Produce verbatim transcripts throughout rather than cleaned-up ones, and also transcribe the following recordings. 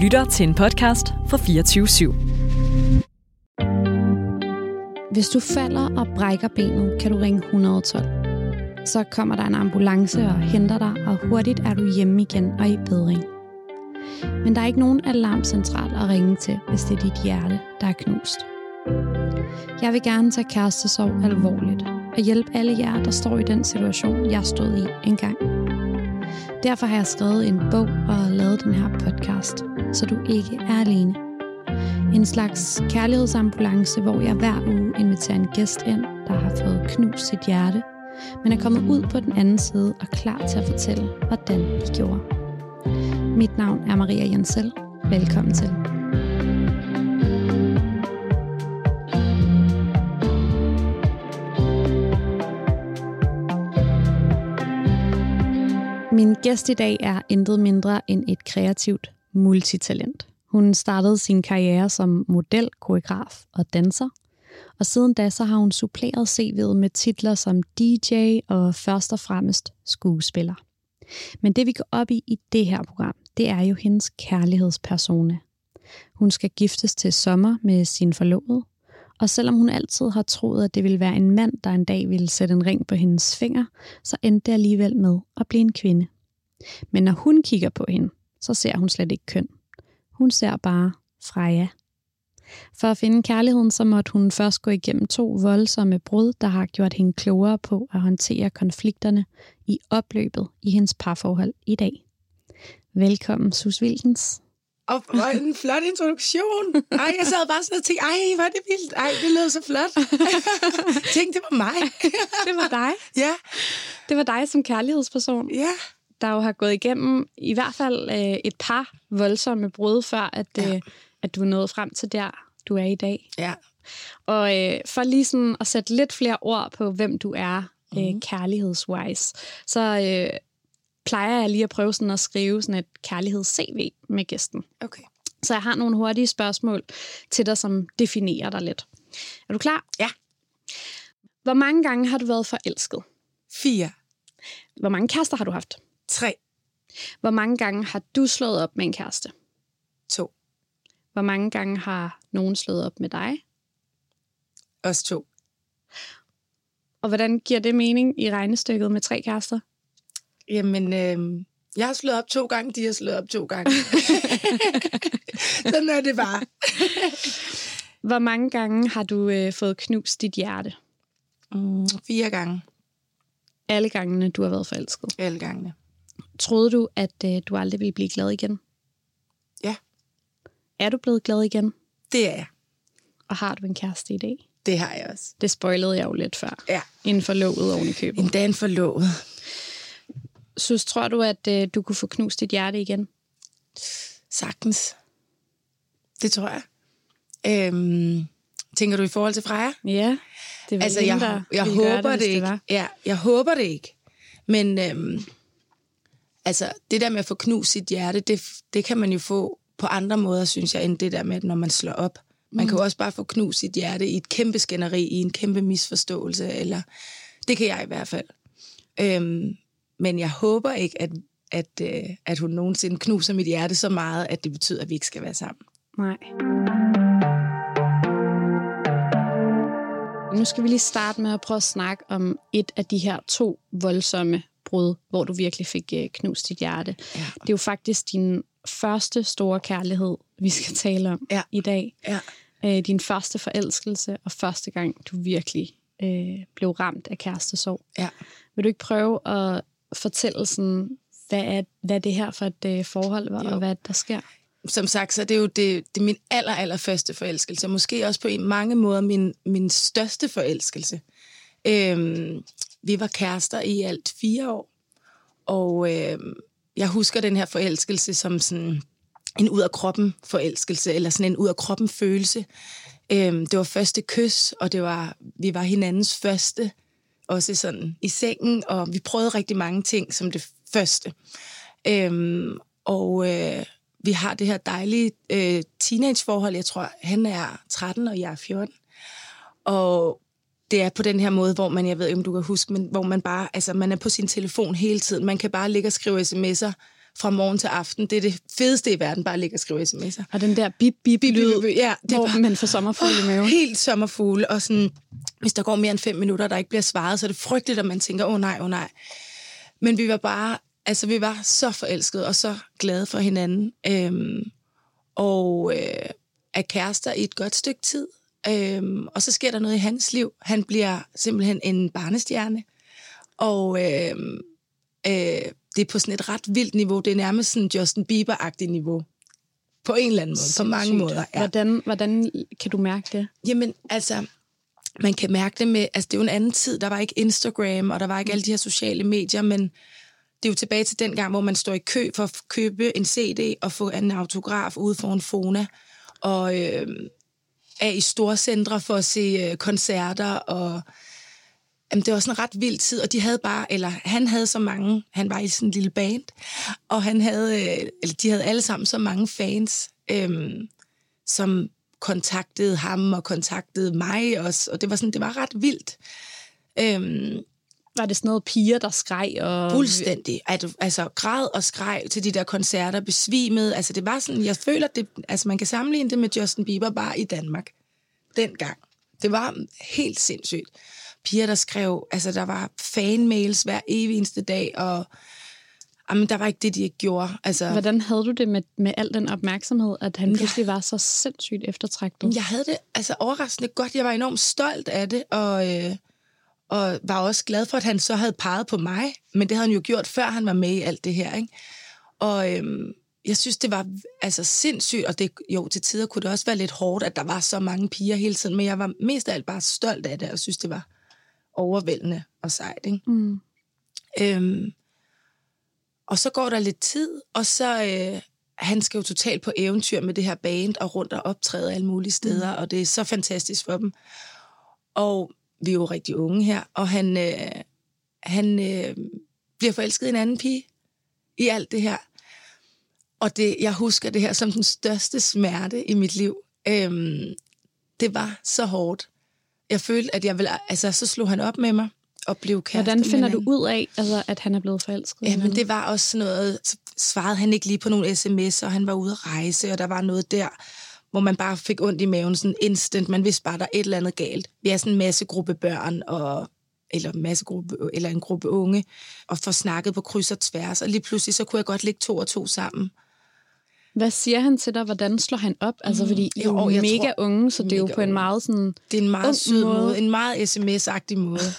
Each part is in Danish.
lytter til en podcast fra fireogtyve syv. Hvis du falder og brækker benet, kan du ringe et et to. Så kommer der en ambulance og henter dig, og hurtigt er du hjemme igen og i bedring. Men der er ikke nogen alarmcentral at ringe til, hvis det er dit hjerte, der er knust. Jeg vil gerne tage kærestesorg alvorligt og hjælpe alle jer, der står i den situation, jeg stod i engang. Derfor har jeg skrevet en bog og lavet den her podcast, så du ikke er alene. En slags kærlighedsambulance, hvor jeg hver uge inviterer en gæst ind, der har fået knust sit hjerte, men er kommet ud på den anden side og klar til at fortælle, hvordan de gjorde. Mit navn er Maria Jensel. Velkommen til. Min gæst i dag er intet mindre end et kreativt multitalent. Hun startede sin karriere som model, koreograf og danser, og siden da så har hun suppleret C V'et med titler som D J og først og fremmest skuespiller. Men det vi går op i i det her program, det er jo hendes kærlighedspersona. Hun skal giftes til sommer med sin forlovede, og selvom hun altid har troet, at det ville være en mand, der en dag ville sætte en ring på hendes finger, så endte det alligevel med at blive en kvinde. Men når hun kigger på hende, så ser hun slet ikke køn. Hun ser bare Freja. For at finde kærligheden, så måtte hun først gå igennem to voldsomme brud, der har gjort hende klogere på at håndtere konflikterne i opløbet i hendes parforhold i dag. Velkommen, Sus Wilkens. Og hvor en flot introduktion. Ej, jeg sad bare sådan og tænkte, ej, hvor er det vildt. Ej, det lød så flot. Tænk, det var mig. Det var dig. Ja. Det var dig som kærlighedsperson. Ja. Der jo har gået igennem i hvert fald øh, et par voldsomme brud, før at, ja. øh, at du er nået frem til der, du er i dag. Ja. Og øh, for lige sådan at sætte lidt flere ord på, hvem du er øh, mm. kærlighedswise, så øh, plejer jeg lige at prøve sådan at skrive sådan et kærligheds-C V med gæsten. Okay. Så jeg har nogle hurtige spørgsmål til dig, som definerer dig lidt. Er du klar? Ja. Hvor mange gange har du været forelsket? Fire. Hvor mange kærester har du haft? Tre. Hvor mange gange har du slået op med en kæreste? To. Hvor mange gange har nogen slået op med dig? Også to. Og hvordan giver det mening i regnestykket med tre kærester? Jamen, øh, jeg har slået op to gange, de har slået op to gange. Sådan er det bare. Hvor mange gange har du øh, fået knust dit hjerte? Mm, fire gange. Alle gangene, du har været forelsket? Alle gangene. Troede du, at øh, du aldrig ville blive glad igen? Ja. Er du blevet glad igen? Det er jeg. Og har du en kæreste i dag? Det har jeg også. Det spoilede jeg jo lidt før. Ja. En forlovet oven i købet. Endda en forlovet. Så tror du, at øh, du kunne få knust dit hjerte igen? Sagtens. Det tror jeg. Øhm, tænker du i forhold til Freja? Ja. Det var altså, hende, jeg, der jeg ville håber gøre det, det ikke. Det ja, jeg håber det ikke. Men øhm, altså, det der med at få knust sit hjerte, det, det kan man jo få på andre måder, synes jeg, end det der med, når man slår op. Man mm. kan jo også bare få knust sit hjerte i et kæmpe skænderi, i en kæmpe misforståelse, eller det kan jeg i hvert fald. Øhm, men jeg håber ikke, at, at, øh, at hun nogensinde knuser mit hjerte så meget, at det betyder, at vi ikke skal være sammen. Nej. Nu skal vi lige starte med at prøve at snakke om et af de her to voldsomme brud, hvor du virkelig fik øh, knust dit hjerte. Ja. Det er jo faktisk din første store kærlighed, vi skal tale om ja. i dag. Ja. Øh, din første forelskelse, og første gang, du virkelig øh, blev ramt af kærestesorg. Ja. Vil du ikke prøve at fortælle, sådan, hvad, er, hvad det her for et øh, forhold var, jo. Og hvad der sker? Som sagt, så er det jo det, det er min aller, aller første forelskelse. Måske også på en mange måder min, min største forelskelse. Øhm, vi var kærester i alt fire år. Og øhm, jeg husker den her forelskelse som sådan en ud-af-kroppen forelskelse, eller sådan en ud-af-kroppen følelse. Øhm, det var første kys, og det var, vi var hinandens første, også sådan i sengen, og vi prøvede rigtig mange ting som det første. Øhm, og øh, vi har det her dejlige øh, teenageforhold. Jeg tror, han er tretten, og jeg er fjorten. Og det er på den her måde, hvor man, jeg ved ikke, om du kan huske, men hvor man bare, altså man er på sin telefon hele tiden. Man kan bare ligge og skrive sms'er fra morgen til aften. Det er det fedeste i verden, bare at ligge og skrive sms'er. Og den der bip-bip-lyd, ja, det hvor var, man får sommerfugle i maven. Helt sommerfugle, og sådan, hvis der går mere end fem minutter, der ikke bliver svaret, så er det frygteligt, at man tænker, åh oh, nej, åh oh, nej. Men vi var bare, altså vi var så forelskede og så glade for hinanden. Øhm, og øh, er kærester i et godt stykke tid. Øhm, og så sker der noget i hans liv. Han bliver simpelthen en barnestjerne. Og øh, øh, det er på sådan et ret vildt niveau. Det er nærmest sådan Justin Bieber-agtigt niveau. På en eller anden måde. Sindssygt. På mange måder. Ja. Hvordan, hvordan kan du mærke det? Jamen, altså, man kan mærke det med... Altså, det er jo en anden tid. Der var ikke Instagram, og der var ikke alle de her sociale medier, men det er jo tilbage til den gang, hvor man står i kø for at købe en C D og få en autograf ude foran Fona. Og øh, er i store centre for at se øh, koncerter, og... Jamen, det var sådan en ret vild tid, og de havde bare, eller han havde så mange, han var i sådan en lille band, og han havde, eller de havde alle sammen så mange fans, øhm, som kontaktede ham og kontaktede mig også, og det var sådan, det var ret vildt. Øhm, var det sådan noget piger, der skreg? Og... Fuldstændig. At, altså, græd og skreg til de der koncerter, besvimede. Altså, det var sådan, jeg føler, det, altså, man kan sammenligne det med Justin Bieber bare i Danmark. Dengang. Det var helt sindssygt. Piger, der skrev, altså der var fanmails hver evig eneste dag, og jamen, der var ikke det, de ikke gjorde. Altså, hvordan havde du det med, med al den opmærksomhed, at han pludselig var så sindssygt eftertragtet? Jeg havde det altså overraskende godt. Jeg var enormt stolt af det, og, øh, og var også glad for, at han så havde peget på mig, men det havde han jo gjort, før han var med i alt det her, ikke? Og øh, jeg synes, det var altså sindssygt, og det, jo, til tider kunne det også være lidt hårdt, at der var så mange piger hele tiden, men jeg var mest af alt bare stolt af det, og synes, det var overvældende og sejt, ikke? Mm. Øhm, og så går der lidt tid, og så øh, han skal jo totalt på eventyr med det her band, og rundt og optræde alle mulige steder, mm. og det er så fantastisk for dem. Og vi er jo rigtig unge her, og han, øh, han øh, bliver forelsket i en anden pige i alt det her. Og det, jeg husker det her som den største smerte i mit liv. Øhm, det var så hårdt. Jeg følte, at jeg ville, altså, så slog han op med mig og blev kæreste. Hvordan finder du ud af, altså, at han er blevet forelsket? Ja, men det var også sådan noget, så svarede han ikke lige på nogle sms'er, og han var ude at rejse, og der var noget der, hvor man bare fik ondt i maven, sådan instant. Man vidste bare, der er et eller andet galt. Vi er sådan en masse gruppe børn, og, eller, en masse gruppe, eller en gruppe unge, og får snakket på kryds og tværs, og lige pludselig, så kunne jeg godt lægge to og to sammen. Hvad siger han til dig? Hvordan slår han op? Altså, fordi I er jo mega tror, unge, så det er jo på en meget sådan... Det er en meget sød måde. måde. En meget sms-agtig måde.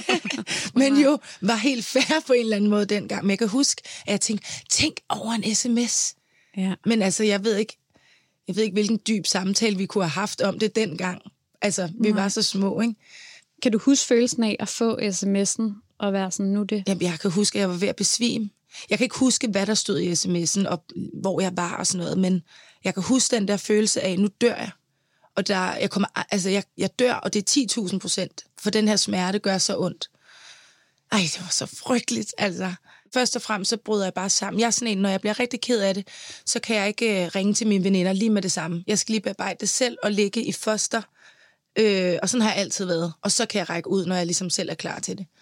Men jo, var helt fair på en eller anden måde dengang. Men jeg kan huske, at jeg tænkte, tænk over en sms. Ja. Men altså, jeg ved ikke, jeg ved ikke, hvilken dyb samtale vi kunne have haft om det dengang. Altså, vi Nej. var så små, ikke? Kan du huske følelsen af at få sms'en og være sådan, nu det? Jamen, jeg kan huske, at jeg var ved at besvime. Jeg kan ikke huske, hvad der stod i sms'en, og hvor jeg var og sådan noget, men jeg kan huske den der følelse af, nu dør jeg. Og der, jeg, kommer, altså jeg, jeg dør, og det er ti tusind procent, for den her smerte gør så ondt. Ej, det var så frygteligt, altså. Først og fremmest, så bryder jeg bare sammen. Jeg er sådan en, når jeg bliver rigtig ked af det, så kan jeg ikke ringe til mine veninder lige med det samme. Jeg skal lige bearbejde det selv og ligge i foster, øh, og sådan har jeg altid været. Og så kan jeg række ud, når jeg ligesom selv er klar til det.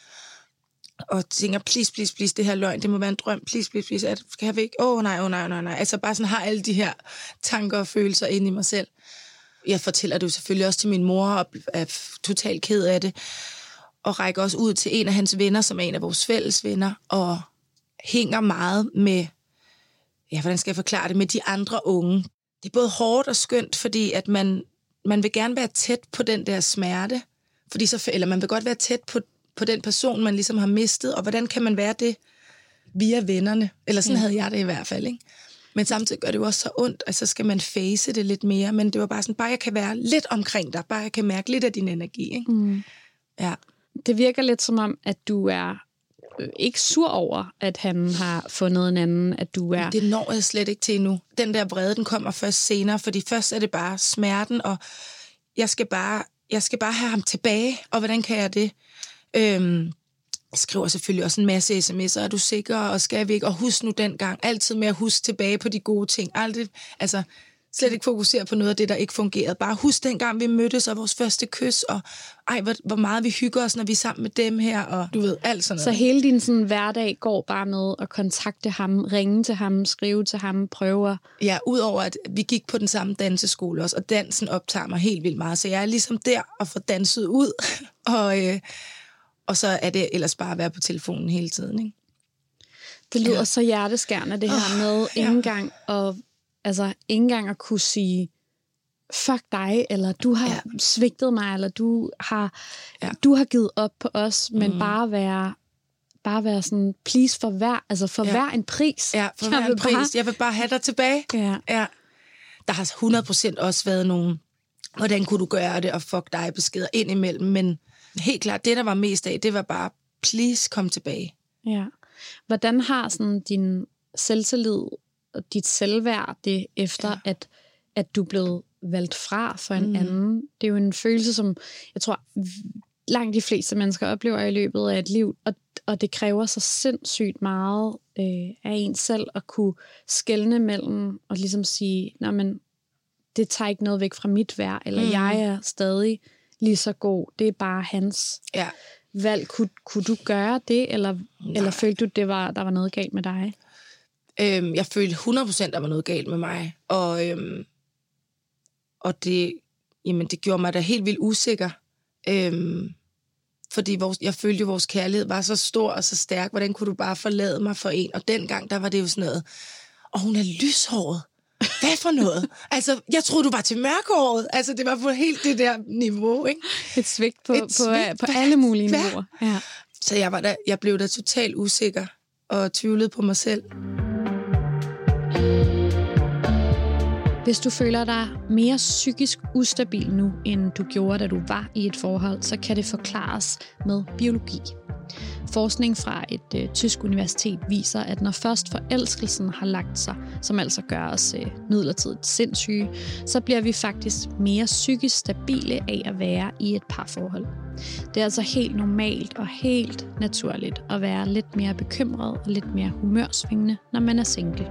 Og tænker, please, please, please, det her løgn, det må være en drøm, please, please, please, at, skal jeg væk? Åh, oh, nej, åh, oh, nej, nej, nej. Altså bare sådan har alle de her tanker og følelser inde i mig selv. Jeg fortæller det jo selvfølgelig også til min mor, og er totalt ked af det, og rækker også ud til en af hans venner, som er en af vores fælles venner, og hænger meget med, ja, hvordan skal jeg forklare det, med de andre unge. Det er både hårdt og skønt, fordi at man, man vil gerne være tæt på den der smerte, fordi så, eller man vil godt være tæt på på den person, man ligesom har mistet, og hvordan kan man være det via vennerne? Eller sådan ja. havde jeg det i hvert fald, ikke? Men samtidig gør det jo også så ondt, at så skal man face det lidt mere, men det var bare sådan, bare jeg kan være lidt omkring dig, bare jeg kan mærke lidt af din energi, ikke? Mm. Ja. Det virker lidt som om, at du er ikke sur over, at han har fundet en anden, at du er... Det når jeg slet ikke til endnu. Den der vrede, den kommer først senere, fordi først er det bare smerten, og jeg skal bare, jeg skal bare have ham tilbage, og hvordan kan jeg det? Øhm, jeg skriver selvfølgelig også en masse sms'er, er du sikker, og skal vi ikke, og husk nu dengang, altid med at huske tilbage på de gode ting, aldrig, altså Slet ikke fokusere på noget af det, der ikke fungerede. Bare husk dengang, vi mødtes, og vores første kys, og ej, hvor, hvor meget vi hygger os, når vi er sammen med dem her, og du ved, alt sådan noget. Så hele din sådan, hverdag går bare med at kontakte ham, ringe til ham, skrive til ham, prøve? Ja, udover at vi gik på den samme danseskole også, og dansen optager mig helt vildt meget, så jeg er ligesom der og får danset ud, og, øh, og så er det ellers bare at være på telefonen hele tiden, ikke? Det lyder ja. så hjerteskærende, det her oh, med ja. ikke engang at, altså, ikke engang at kunne sige, fuck dig, eller du har ja. svigtet mig, eller du har, ja. du har givet op på os, men mm. bare være, bare være sådan, please for hver, altså for ja. hver en pris. Ja, for hver en pris. Bare... Jeg vil bare have dig tilbage. Ja. Ja. Der har hundrede procent også været nogen, hvordan kunne du gøre det, og fuck dig beskeder ind imellem, men helt klart, det der var mest af, det var bare, please kom tilbage. Ja. Hvordan har sådan din selvtillid og dit selvværd det efter, ja. at, at du er blevet valgt fra for en mm. anden? Det er jo en følelse, som jeg tror, langt de fleste mennesker oplever i løbet af et liv, og, og det kræver så sindssygt meget øh, af en selv at kunne skelne mellem og ligesom sige, nej, men det tager ikke noget væk fra mit værd, eller mm. jeg er stadig lige så god. Det er bare hans ja. valg. Kunne, kunne du gøre det, eller, eller følte du, det var, der var noget galt med dig? Øhm, jeg følte hundrede procent, der var noget galt med mig. Og, øhm, og det, jamen, det gjorde mig da helt vildt usikker. Øhm, fordi vores, jeg følte jo, vores kærlighed var så stor og så stærk. Hvordan kunne du bare forlade mig for en? Og dengang, der var det jo sådan noget, og hun er lyshåret. Hvad for noget? Altså, jeg troede, du var til mørkhåret. Altså, det var på helt det der niveau, ikke? Et svigt på, Et på, svigt. på, på alle mulige Hva? niveauer. Ja. Så jeg, var da, jeg blev da totalt usikker og tvivlede på mig selv. Hvis du føler dig mere psykisk ustabil nu, end du gjorde, da du var i et forhold, så kan det forklares med biologi. Forskning fra et øh, tysk universitet viser, at når først forelskelsen har lagt sig, som altså gør os øh, midlertidigt sindssyge, så bliver vi faktisk mere psykisk stabile af at være i et parforhold. Det er altså helt normalt og helt naturligt at være lidt mere bekymret og lidt mere humørsvingende, når man er single.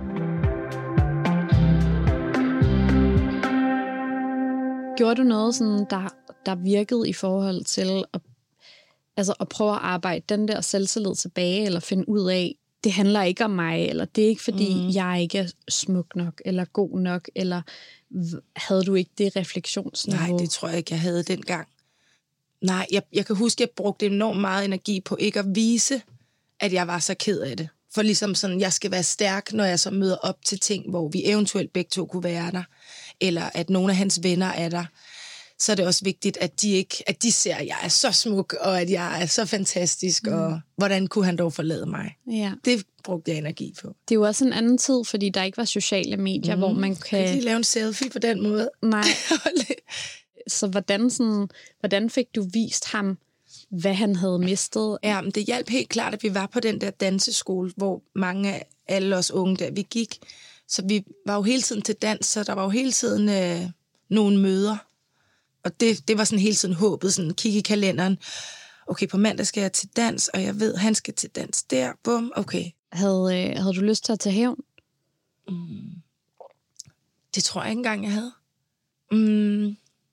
Gjorde du noget, sådan, der, der virkede i forhold til at, altså at prøve at arbejde den der selvtillid tilbage, eller finde ud af, det handler ikke om mig, eller det er ikke fordi, mm. jeg ikke er smuk nok, eller god nok, eller havde du ikke det refleksionsniveau? Nej, det tror jeg ikke, jeg havde dengang. Nej, jeg, jeg kan huske, at jeg brugte enormt meget energi på ikke at vise, at jeg var så ked af det. For ligesom sådan, jeg skal være stærk, når jeg så møder op til ting, hvor vi eventuelt begge to kunne være der, eller at nogle af hans venner er der. Så er det også vigtigt, at de ikke, at de ser, at jeg er så smuk, og at jeg er så fantastisk, mm. og hvordan kunne han dog forlade mig? Ja. Det brugte jeg energi på. Det er jo også en anden tid, fordi der ikke var sociale medier, mm. hvor man kan... Jeg kan ikke lave en selfie på den måde. Nej. Så hvordan, sådan, hvordan fik du vist ham, hvad han havde mistet? Ja, men det hjalp helt klart, at vi var på den der danseskole, hvor mange af alle os unge der, vi gik. Så vi var jo hele tiden til dans, så der var jo hele tiden øh, nogle møder. Og det, det var sådan hele tiden håbet, sådan kigge i kalenderen. Okay, på mandag skal jeg til dans, og jeg ved, han skal til dans der. Bum, okay. Havde, øh, havde du lyst til at tage hævn? Mm. Det tror jeg ikke engang, jeg havde. Mm.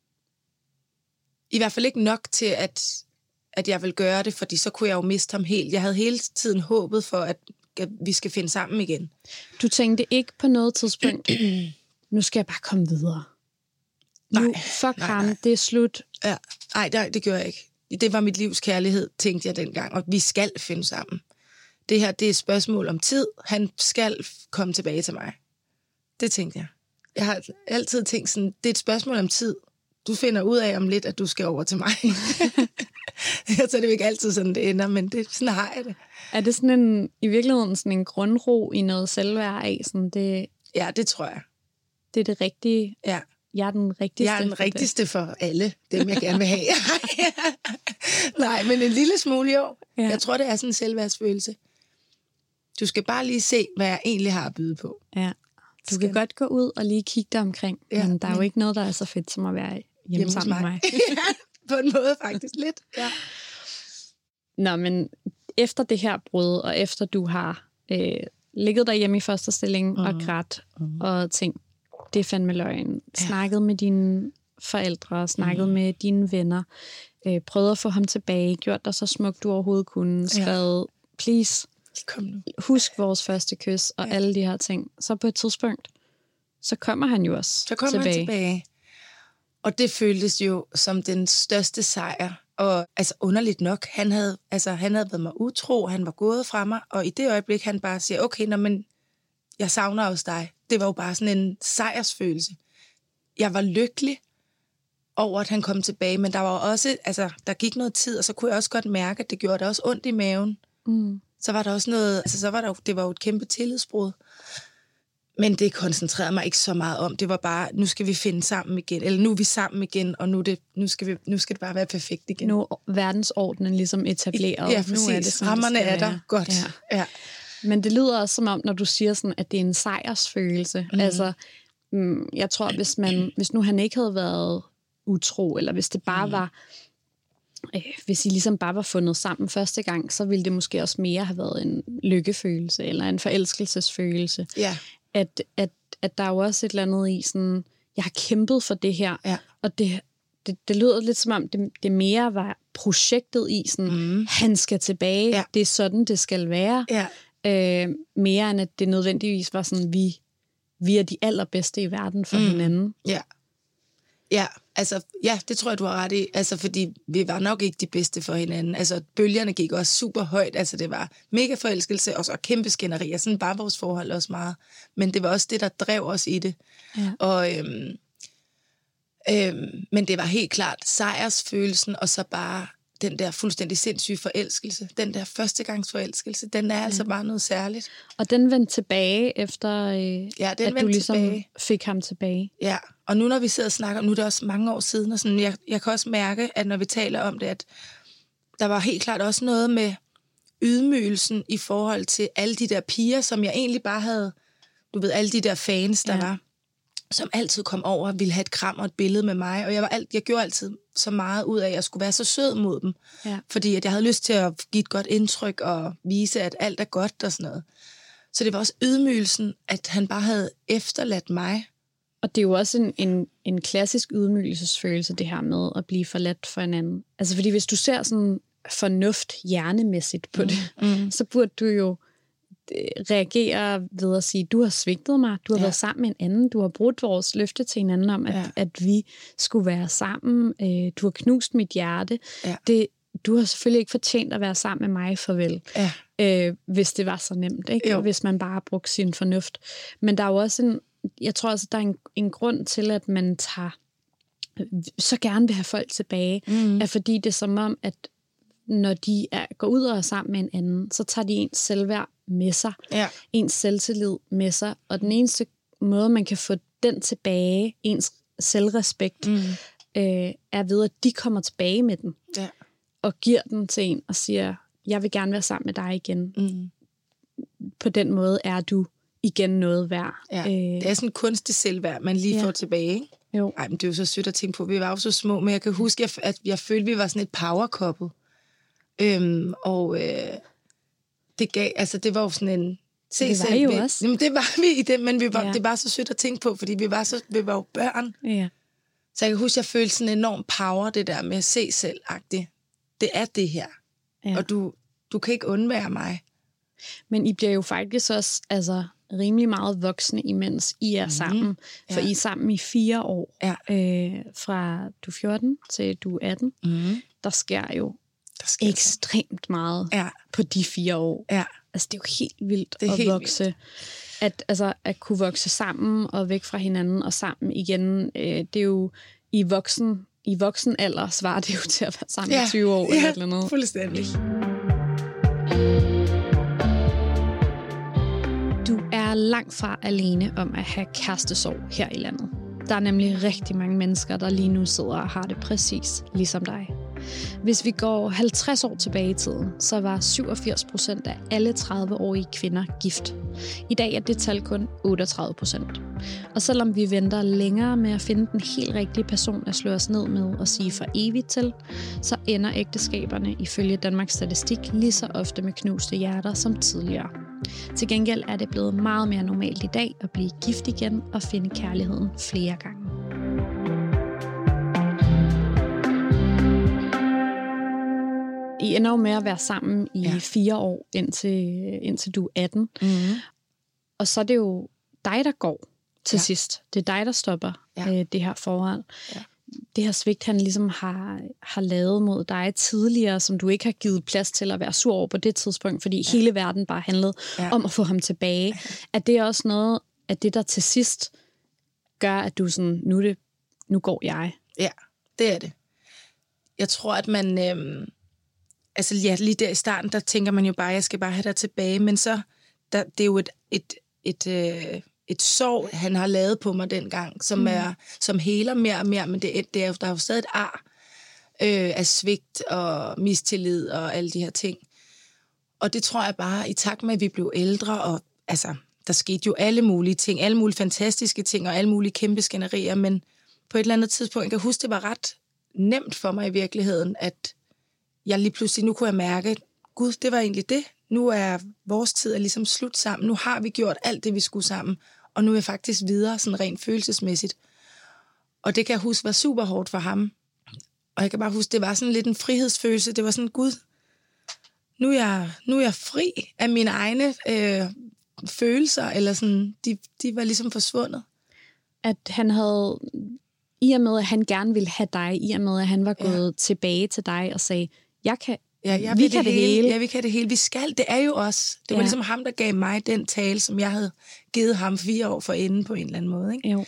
I hvert fald ikke nok til, at, at jeg vil gøre det, fordi så kunne jeg jo miste ham helt. Jeg havde hele tiden håbet for, at, at vi skal finde sammen igen. Du tænkte ikke på noget tidspunkt, nu skal jeg bare komme videre? Nej. Nu, fuck nej, ham, nej. Det er slut. Ja. Nej, det, det gjorde jeg ikke. Det var mit livs kærlighed, tænkte jeg dengang, og vi skal finde sammen. Det her, det er et spørgsmål om tid. Han skal komme tilbage til mig. Det tænkte jeg. Jeg har altid tænkt sådan, det er et spørgsmål om tid. Du finder ud af om lidt, at du skal over til mig. Så det er jo ikke altid sådan, det ender, men det, sådan har jeg det. Er det sådan en, i virkeligheden sådan en grundro i noget selvværd af? Sådan det, ja, det tror jeg. Det er det rigtige? Ja. Jeg er den rigtigste. Jeg er den rigtigste for alle, dem jeg gerne vil have. Nej, men en lille smule jo. Ja. Jeg tror, det er sådan en selvværdsfølelse. Du skal bare lige se, hvad jeg egentlig har at byde på. Ja. Du skal godt gå ud og lige kigge dig omkring, ja, men der er men... jo ikke noget, der er så fedt som at være hjemme, hjemme sammen med mig. Ja, på en måde faktisk lidt. Ja. Nå, men efter det her brud, og efter du har øh, ligget derhjemme i første stilling mm. og grædt mm. og tænkt, det er fandme løgn. Ja. Snakket med dine forældre, snakket mm. med dine venner, øh, prøvet at få ham tilbage, gjort dig så smukt du overhovedet kunne, skrevet, ja. please, kom nu. Husk vores første kys, og ja. alle de her ting. Så på et tidspunkt, så kommer han jo også så kommer tilbage. han tilbage. Og det føltes jo som den største sejr. Og altså underligt nok, han havde, altså, han havde været mig utro, han var gået fra mig, og i det øjeblik, han bare siger, okay, nå, men jeg savner også dig. Det var jo bare sådan en sejrsfølelse. Jeg var lykkelig over, at han kom tilbage, men der var også, altså, der gik noget tid, og så kunne jeg også godt mærke, at det gjorde det også ondt i maven. Mm. Så var der også noget, altså, så var der jo, det var jo et kæmpe tillidsbrud. Men det koncentrerede mig ikke så meget om. Det var bare, nu skal vi finde sammen igen. Eller nu er vi sammen igen, og nu, det, nu, skal, vi, nu skal det bare være perfekt igen. Nu er verdensordenen ligesom etableret. Ja, præcis. Nu er det sådan, rammerne er der. Godt. Ja. Ja. Men det lyder også som om, når du siger sådan, at det er en sejrsfølelse. Mm. Altså, jeg tror, hvis, man, hvis nu han ikke havde været utro, eller hvis det bare mm. var... Øh, hvis I ligesom bare var fundet sammen første gang, så ville det måske også mere have været en lykkefølelse, eller en forelskelsesfølelse. Ja. At, at, at der er jo også et eller andet i sådan, jeg har kæmpet for det her, ja. og det, det, det lyder lidt som om, det, det mere var projektet i sådan, mm. han skal tilbage, ja. det er sådan, det skal være. Ja. Øh, mere end at det nødvendigvis var sådan, vi, vi er de allerbedste i verden for mm. hinanden. Ja. Ja, altså, ja, det tror jeg, du har ret i. Altså, fordi vi var nok ikke de bedste for hinanden. Altså, bølgerne gik også super højt. Altså, det var mega forelskelse, og så kæmpe skænderier. Sådan var vores forhold også meget. Men det var også det, der drev os i det. Ja. Og, øhm, øhm, men det var helt klart sejrsfølelsen, og så bare den der fuldstændig sindssyge forelskelse. Den der førstegangsforelskelse, den er ja. altså bare noget særligt. Og den vendte tilbage efter, øh, ja, den at du ligesom tilbage. fik ham tilbage. Ja, og nu når vi sidder og snakker, nu er det også mange år siden, og sådan, jeg, jeg kan også mærke, at når vi taler om det, at der var helt klart også noget med ydmygelsen i forhold til alle de der piger, som jeg egentlig bare havde, du ved, alle de der fans, der ja. var, som altid kom over og ville have et kram og et billede med mig, og jeg, var alt, jeg gjorde altid så meget ud af, at jeg skulle være så sød mod dem, ja. fordi at jeg havde lyst til at give et godt indtryk og vise, at alt er godt og sådan noget. Så det var også ydmygelsen, at han bare havde efterladt mig. Og det er jo også en, en, en klassisk ydmygelsesfølelse, det her med at blive forladt for en anden. Altså fordi hvis du ser sådan fornuft hjernemæssigt på det, mm. Mm. så burde du jo reagere ved at sige, du har svigtet mig, du har ja. været sammen med en anden, du har brudt vores løfte til hinanden om, at, ja. at vi skulle være sammen, øh, du har knust mit hjerte. Ja. Det, du har selvfølgelig ikke fortjent at være sammen med mig, farvel. Ja. Øh, hvis det var så nemt, ikke? Hvis man bare brugte sin fornuft. Men der er jo også en, jeg tror også, der er en, en grund til, at man tager så gerne vil have folk tilbage, mm. er fordi det er som om, at når de er, går ud og er sammen med en anden, så tager de ens selvværd med sig, ja. ens selvtillid med sig, og den eneste måde, man kan få den tilbage, ens selvrespekt, mm. øh, er ved, at de kommer tilbage med den, ja. og giver den til en, og siger, jeg vil gerne være sammen med dig igen. Mm. På den måde er du igen noget værd. Ja. Øh, det er sådan en kunstig selvværd, man lige ja. får tilbage, ikke? Jo. Ej, men det er jo så sødt at tænke på. Vi var jo så små, men jeg kan huske, at jeg, jeg følte, vi var sådan et power couple. Øhm, og øh, det gav, altså det var jo sådan en... Se det var selv, jo vi, også. Jamen, det var vi i det, men vi var, ja. det var så sødt at tænke på, fordi vi var, så, vi var jo børn. Ja. Så jeg kan huske, at jeg følte sådan en enorm power, det der med at se selv-agtigt. Det er det her. Ja. Og du, du kan ikke undvære mig. Men I bliver jo faktisk også altså, rimelig meget voksne, imens I er mm-hmm. sammen. For ja. I er sammen i fire år. Ja. Øh, fra du er fjorten til du er atten. Mm-hmm. Der sker jo der sker ekstremt meget ja. på de fire år. Ja. Altså, det er jo helt vildt at helt vokse. Vildt. At, altså, at kunne vokse sammen og væk fra hinanden og sammen igen. Øh, det er jo i voksen, i voksen alder svarer det jo til at være sammen ja. i tyve år. Ja, eller, eller noget. Fuldstændig. Du er langt fra alene om at have kærestesorg her i landet. Der er nemlig rigtig mange mennesker, der lige nu sidder og har det præcis ligesom dig. Hvis vi går halvtreds år tilbage i tiden, så var syvogfirs procent af alle tredive-årige kvinder gift. I dag er det tal kun otteogtredive procent. Og selvom vi venter længere med at finde den helt rigtige person at slå os ned med og sige for evigt til, så ender ægteskaberne ifølge Danmarks Statistik lige så ofte med knuste hjerter som tidligere. Til gengæld er det blevet meget mere normalt i dag at blive gift igen og finde kærligheden flere gange. I ender jo med at være sammen i ja. fire år, indtil, indtil du er atten. Mm-hmm. Og så er det jo dig, der går til ja. sidst. Det er dig, der stopper ja. øh, det her forhold. Ja. Det her svigt, han ligesom har, har lavet mod dig tidligere, som du ikke har givet plads til at være sur over på det tidspunkt, fordi ja. hele verden bare handlede ja. om at få ham tilbage. Ja. At det er også noget af det, der til sidst gør, at du sådan, nu, det, nu går jeg. Ja, det er det. Jeg tror, at man... Øhm Altså ja, lige der i starten, der tænker man jo bare, jeg skal bare have dig tilbage, men så, der, det er jo et, et, et, et, et sorg, han har lavet på mig dengang, som, mm. er, som heler mere og mere, men det, det er, der er jo stadig et ar øh, af svigt og mistillid og alle de her ting. Og det tror jeg bare, i takt med, at vi blev ældre, og altså, der skete jo alle mulige ting, alle mulige fantastiske ting, og alle mulige kæmpe skænderier, men på et eller andet tidspunkt, jeg kan huske, det var ret nemt for mig i virkeligheden, at jeg lige pludselig, nu kunne jeg mærke, gud, det var egentlig det. Nu er vores tid er ligesom slut sammen. Nu har vi gjort alt det, vi skulle sammen. Og nu er jeg faktisk videre, sådan rent følelsesmæssigt. Og det kan jeg huske var super hårdt for ham. Og jeg kan bare huske, det var sådan lidt en frihedsfølelse. Det var sådan, gud, nu er jeg, nu er jeg fri af mine egne øh, følelser. Eller sådan, de, de var ligesom forsvundet. At han havde... I og med, at han gerne ville have dig, i og med, at han var gået ja. tilbage til dig og sagde, jeg kan, ja, jeg vi kan det, det hele. hele. Ja, vi kan det hele. Vi skal. Det er jo os. Det var ja. ligesom ham, der gav mig den tale, som jeg havde givet ham fire år for inden på en eller anden måde. Ikke? Jo.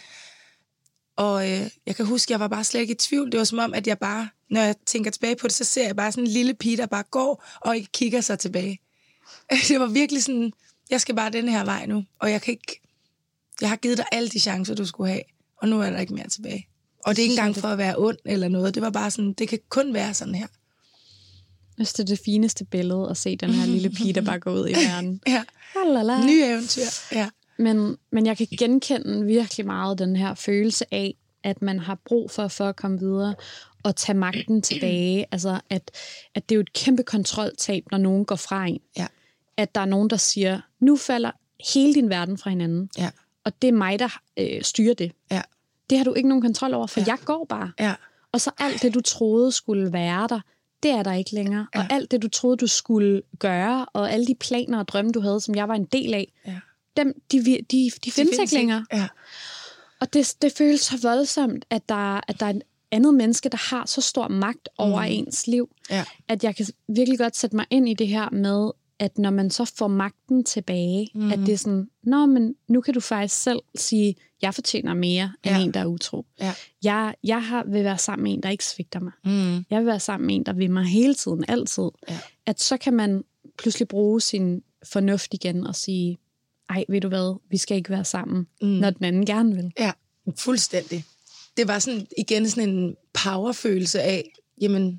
Og øh, jeg kan huske, jeg var bare slet ikke i tvivl. Det var som om, at jeg bare, når jeg tænker tilbage på det, så ser jeg bare sådan en lille pige, der bare går og ikke kigger sig tilbage. Det var virkelig sådan, jeg skal bare den her vej nu. Og jeg kan ikke, jeg har givet dig alle de chancer, du skulle have. Og nu er der ikke mere tilbage. Og det er ikke engang for at være ond eller noget. Det var bare sådan, det kan kun være sådan her. Jeg synes, det er det fineste billede at se den her lille pige, der bare går ud i verden. Ja, Lalala. nye eventyr. Ja. Men, men jeg kan genkende virkelig meget den her følelse af, at man har brug for, for at komme videre og tage magten tilbage. Altså, at, at det er jo et kæmpe kontroltab, når nogen går fra en. Ja. At der er nogen, der siger, nu falder hele din verden fra hinanden. Ja. Og det er mig, der øh, styrer det. Ja. Det har du ikke nogen kontrol over, for ja. jeg går bare. Ja. Og så alt det, du troede skulle være der, det er der ikke længere. Ja. Og alt det, du troede, du skulle gøre, og alle de planer og drømme, du havde, som jeg var en del af, ja. dem, de, de, de, de, de findes ikke længere. Ja. Og det, det føles så voldsomt, at der, at der er et andet menneske, der har så stor magt over mm. ens liv, ja. at jeg kan virkelig godt sætte mig ind i det her med, at når man så får magten tilbage, mm. at det er sådan, nå, men nu kan du faktisk selv sige, jeg fortjener mere end ja. en, der er utro. Ja. Jeg, jeg har, vil være sammen med en, der ikke svigter mig. Mm. Jeg vil være sammen med en, der vil mig hele tiden, altid. Ja. At så kan man pludselig bruge sin fornuft igen og sige, ej, ved du hvad, vi skal ikke være sammen, mm. når den anden gerne vil. Ja, fuldstændig. Det var sådan igen sådan en powerfølelse af, jamen,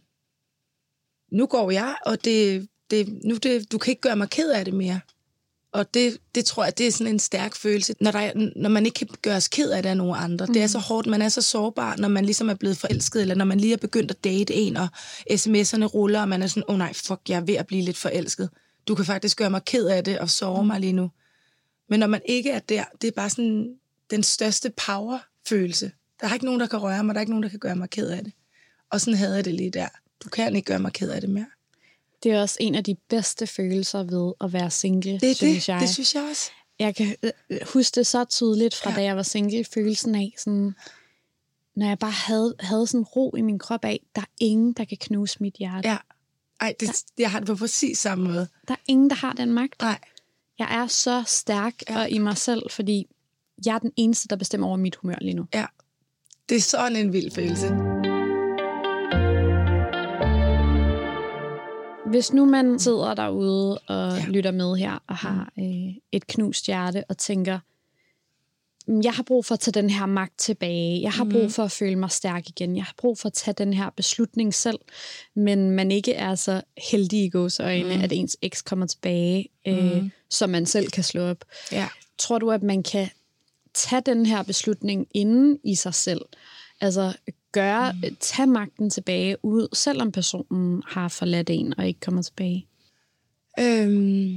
nu går jeg, og det... Det, nu det, du kan ikke gøre mig ked af det mere. Og det, det tror jeg, det er sådan en stærk følelse, når, der, når man ikke kan gøres ked af det af nogen andre. Mm. Det er så hårdt, man er så sårbar, når man ligesom er blevet forelsket, eller når man lige er begyndt at date en, og sms'erne ruller, og man er sådan, åh oh, nej, fuck, jeg er ved at blive lidt forelsket. Du kan faktisk gøre mig ked af det, og såre mm. mig lige nu. Men når man ikke er der, det er bare sådan den største powerfølelse. Der er ikke nogen, der kan røre mig, der er ikke nogen, der kan gøre mig ked af det. Og sådan havde jeg det lige der. Du kan ikke gøre mig ked af det mere. Det er også en af de bedste følelser ved at være single, det er synes det. jeg. Det synes jeg også. Jeg kan huske det så tydeligt fra, ja. da jeg var single, følelsen af, sådan, når jeg bare havde, havde sådan ro i min krop af, der er ingen, der kan knuse mit hjerte. Ja. Ej, det, der, jeg har det på præcis samme måde. Der er ingen, der har den magt. Nej. Jeg er så stærk ja. og i mig selv, fordi jeg er den eneste, der bestemmer over mit humør lige nu. Ja, det er sådan en vild følelse. Hvis nu man sidder derude og ja. lytter med her og har øh, et knust hjerte og tænker, jeg har brug for at tage den her magt tilbage. Jeg har brug for at føle mig stærk igen. Jeg har brug for at tage den her beslutning selv. Men man ikke er så heldig i gåseøjne, mm. at ens eks kommer tilbage, øh, mm. så man selv kan slå op. Ja. Tror du, at man kan tage den her beslutning inden i sig selv? Altså gøre, mm. tage magten tilbage ud, selvom personen har forladt en og ikke kommer tilbage? Øhm,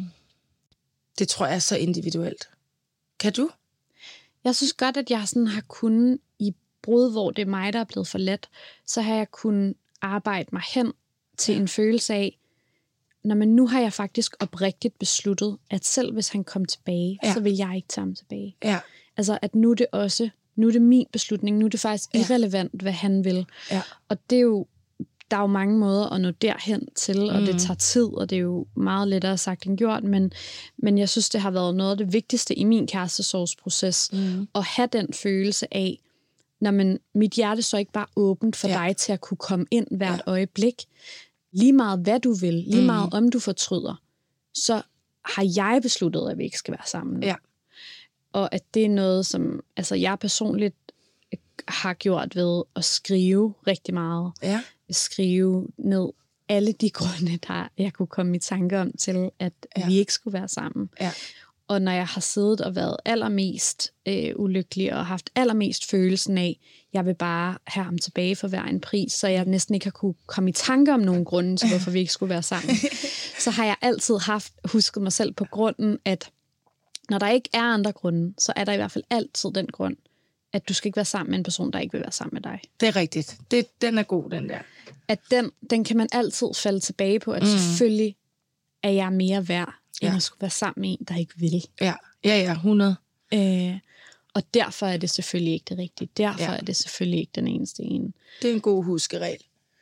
det tror jeg er så individuelt. Kan du? Jeg synes godt, at jeg sådan har kunnet i brud, hvor det er mig, der er blevet forladt, så har jeg kunnet arbejde mig hen til ja. en følelse af, når man nu har jeg faktisk oprigtigt besluttet, at selv hvis han kom tilbage, ja. så vil jeg ikke tage ham tilbage. Ja. Altså, at nu er det også, nu er det min beslutning, nu er det faktisk ja. irrelevant, hvad han vil. Ja. Og det er jo, der er jo mange måder at nå derhen til, og mm. det tager tid, og det er jo meget lettere sagt end gjort, men, men jeg synes, det har været noget af det vigtigste i min kærestesorgsproces, mm. at have den følelse af, når man, mit hjerte så ikke bare åbent for ja. dig til at kunne komme ind hvert ja. øjeblik, lige meget hvad du vil, lige mm. meget om du fortryder, så har jeg besluttet, at vi ikke skal være sammen. Ja. Og at det er noget, som altså, jeg personligt har gjort ved at skrive rigtig meget. Ja. Skrive ned alle de grunde, der jeg kunne komme i tanke om til, at ja. vi ikke skulle være sammen. Ja. Og når jeg har siddet og været allermest øh, ulykkelig og haft allermest følelsen af, jeg vil bare have ham tilbage for hver en pris, så jeg næsten ikke har kunne komme i tanke om nogen grunde til, hvorfor vi ikke skulle være sammen, så har jeg altid haft husket mig selv på grunden, at når der ikke er andre grunde, så er der i hvert fald altid den grund, at du skal ikke være sammen med en person, der ikke vil være sammen med dig. Det er rigtigt. Det, den er god, den der. At den, den kan man altid falde tilbage på, at mm. selvfølgelig er jeg mere værd, end ja. at skulle være sammen med en, der ikke vil. Ja, ja, ja, hundrede. Øh, og derfor er det selvfølgelig ikke det rigtige. Derfor ja. er det selvfølgelig ikke den eneste ene. Det er en god huskeregel.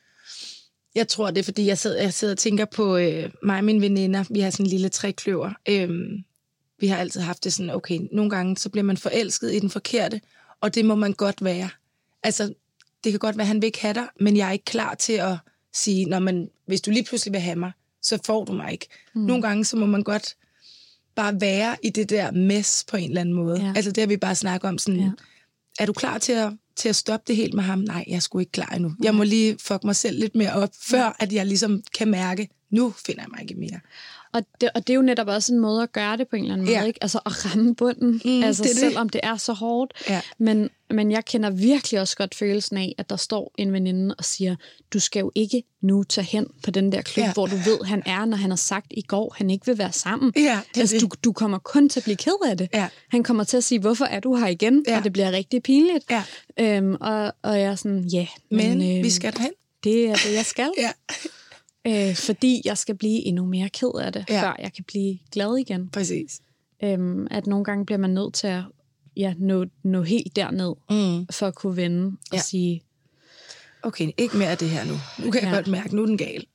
Jeg tror, det er, fordi jeg sidder, jeg sidder og tænker på øh, mig og mine veninder. Vi har sådan en lille trekløver. Øh, vi har altid haft det sådan, okay, nogle gange så bliver man forelsket i den forkerte, og det må man godt være. Altså, det kan godt være, at han vil ikke have dig, men jeg er ikke klar til at sige, når man, hvis du lige pludselig vil have mig, så får du mig ikke. Mm. Nogle gange, så må man godt bare være i det der mess på en eller anden måde. Ja. Altså, det har vi bare snakket om. Sådan, ja. Er du klar til at, til at stoppe det helt med ham? Nej, jeg er sgu ikke klar endnu. Ja. Jeg må lige fuck mig selv lidt mere op, før ja. at jeg ligesom kan mærke, nu finder jeg mig ikke mere. Og det, og det er jo netop også en måde at gøre det på en eller anden ja. måde, ikke? Altså at ramme bunden, mm, altså det selvom det. det er så hårdt. Ja. Men, men jeg kender virkelig også godt følelsen af, at der står en veninde og siger, du skal jo ikke nu tage hen på den der klub, ja. hvor du ved, han er, når han har sagt i går, han ikke vil være sammen. Ja, det altså, det. Du, du kommer kun til at blive ked af det. Ja. Han kommer til at sige, hvorfor er du her igen? Ja. Og det bliver rigtig pinligt. Ja. Øhm, og, og jeg er sådan, ja. Yeah, men men øh, vi skal derhen. Det er det, jeg skal. ja. Øh, fordi jeg skal blive endnu mere ked af det, ja. før jeg kan blive glad igen. Præcis. Øhm, at nogle gange bliver man nødt til at ja, nå, nå helt derned, mm. for at kunne vende og ja. sige... Okay, ikke mere af det her nu. Nu kan jeg ja. godt mærke, nu er den gal.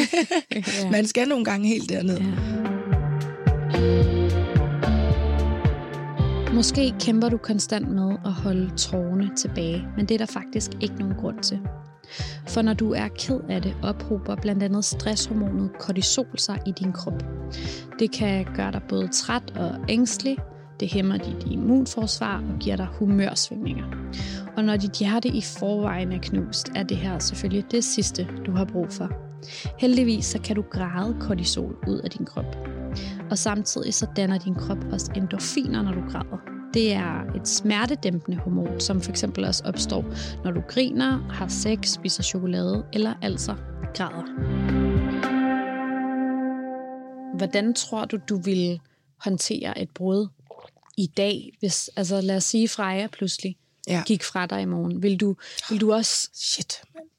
ja. Man skal nogle gange helt derned. Ja. Måske kæmper du konstant med at holde tårerne tilbage, men det er der faktisk ikke nogen grund til. For når du er ked af det, ophober blandt andet stresshormonet kortisol sig i din krop. Det kan gøre dig både træt og ængstelig, det hæmmer dit immunforsvar og giver dig humørsvingninger. Og når dit hjerte i forvejen er knust, er det her selvfølgelig det sidste, du har brug for. Heldigvis så kan du græde kortisol ud af din krop. Og samtidig så danner din krop også endorfiner, når du græder. Det er et smertedæmpende hormon, som for eksempel også opstår, når du griner, har sex, spiser chokolade eller altså græder. Hvordan tror du, du ville håndtere et brud i dag, hvis, altså lad os sige, Freja pludselig ja. gik fra dig i morgen? Vil du, vil du også Shit,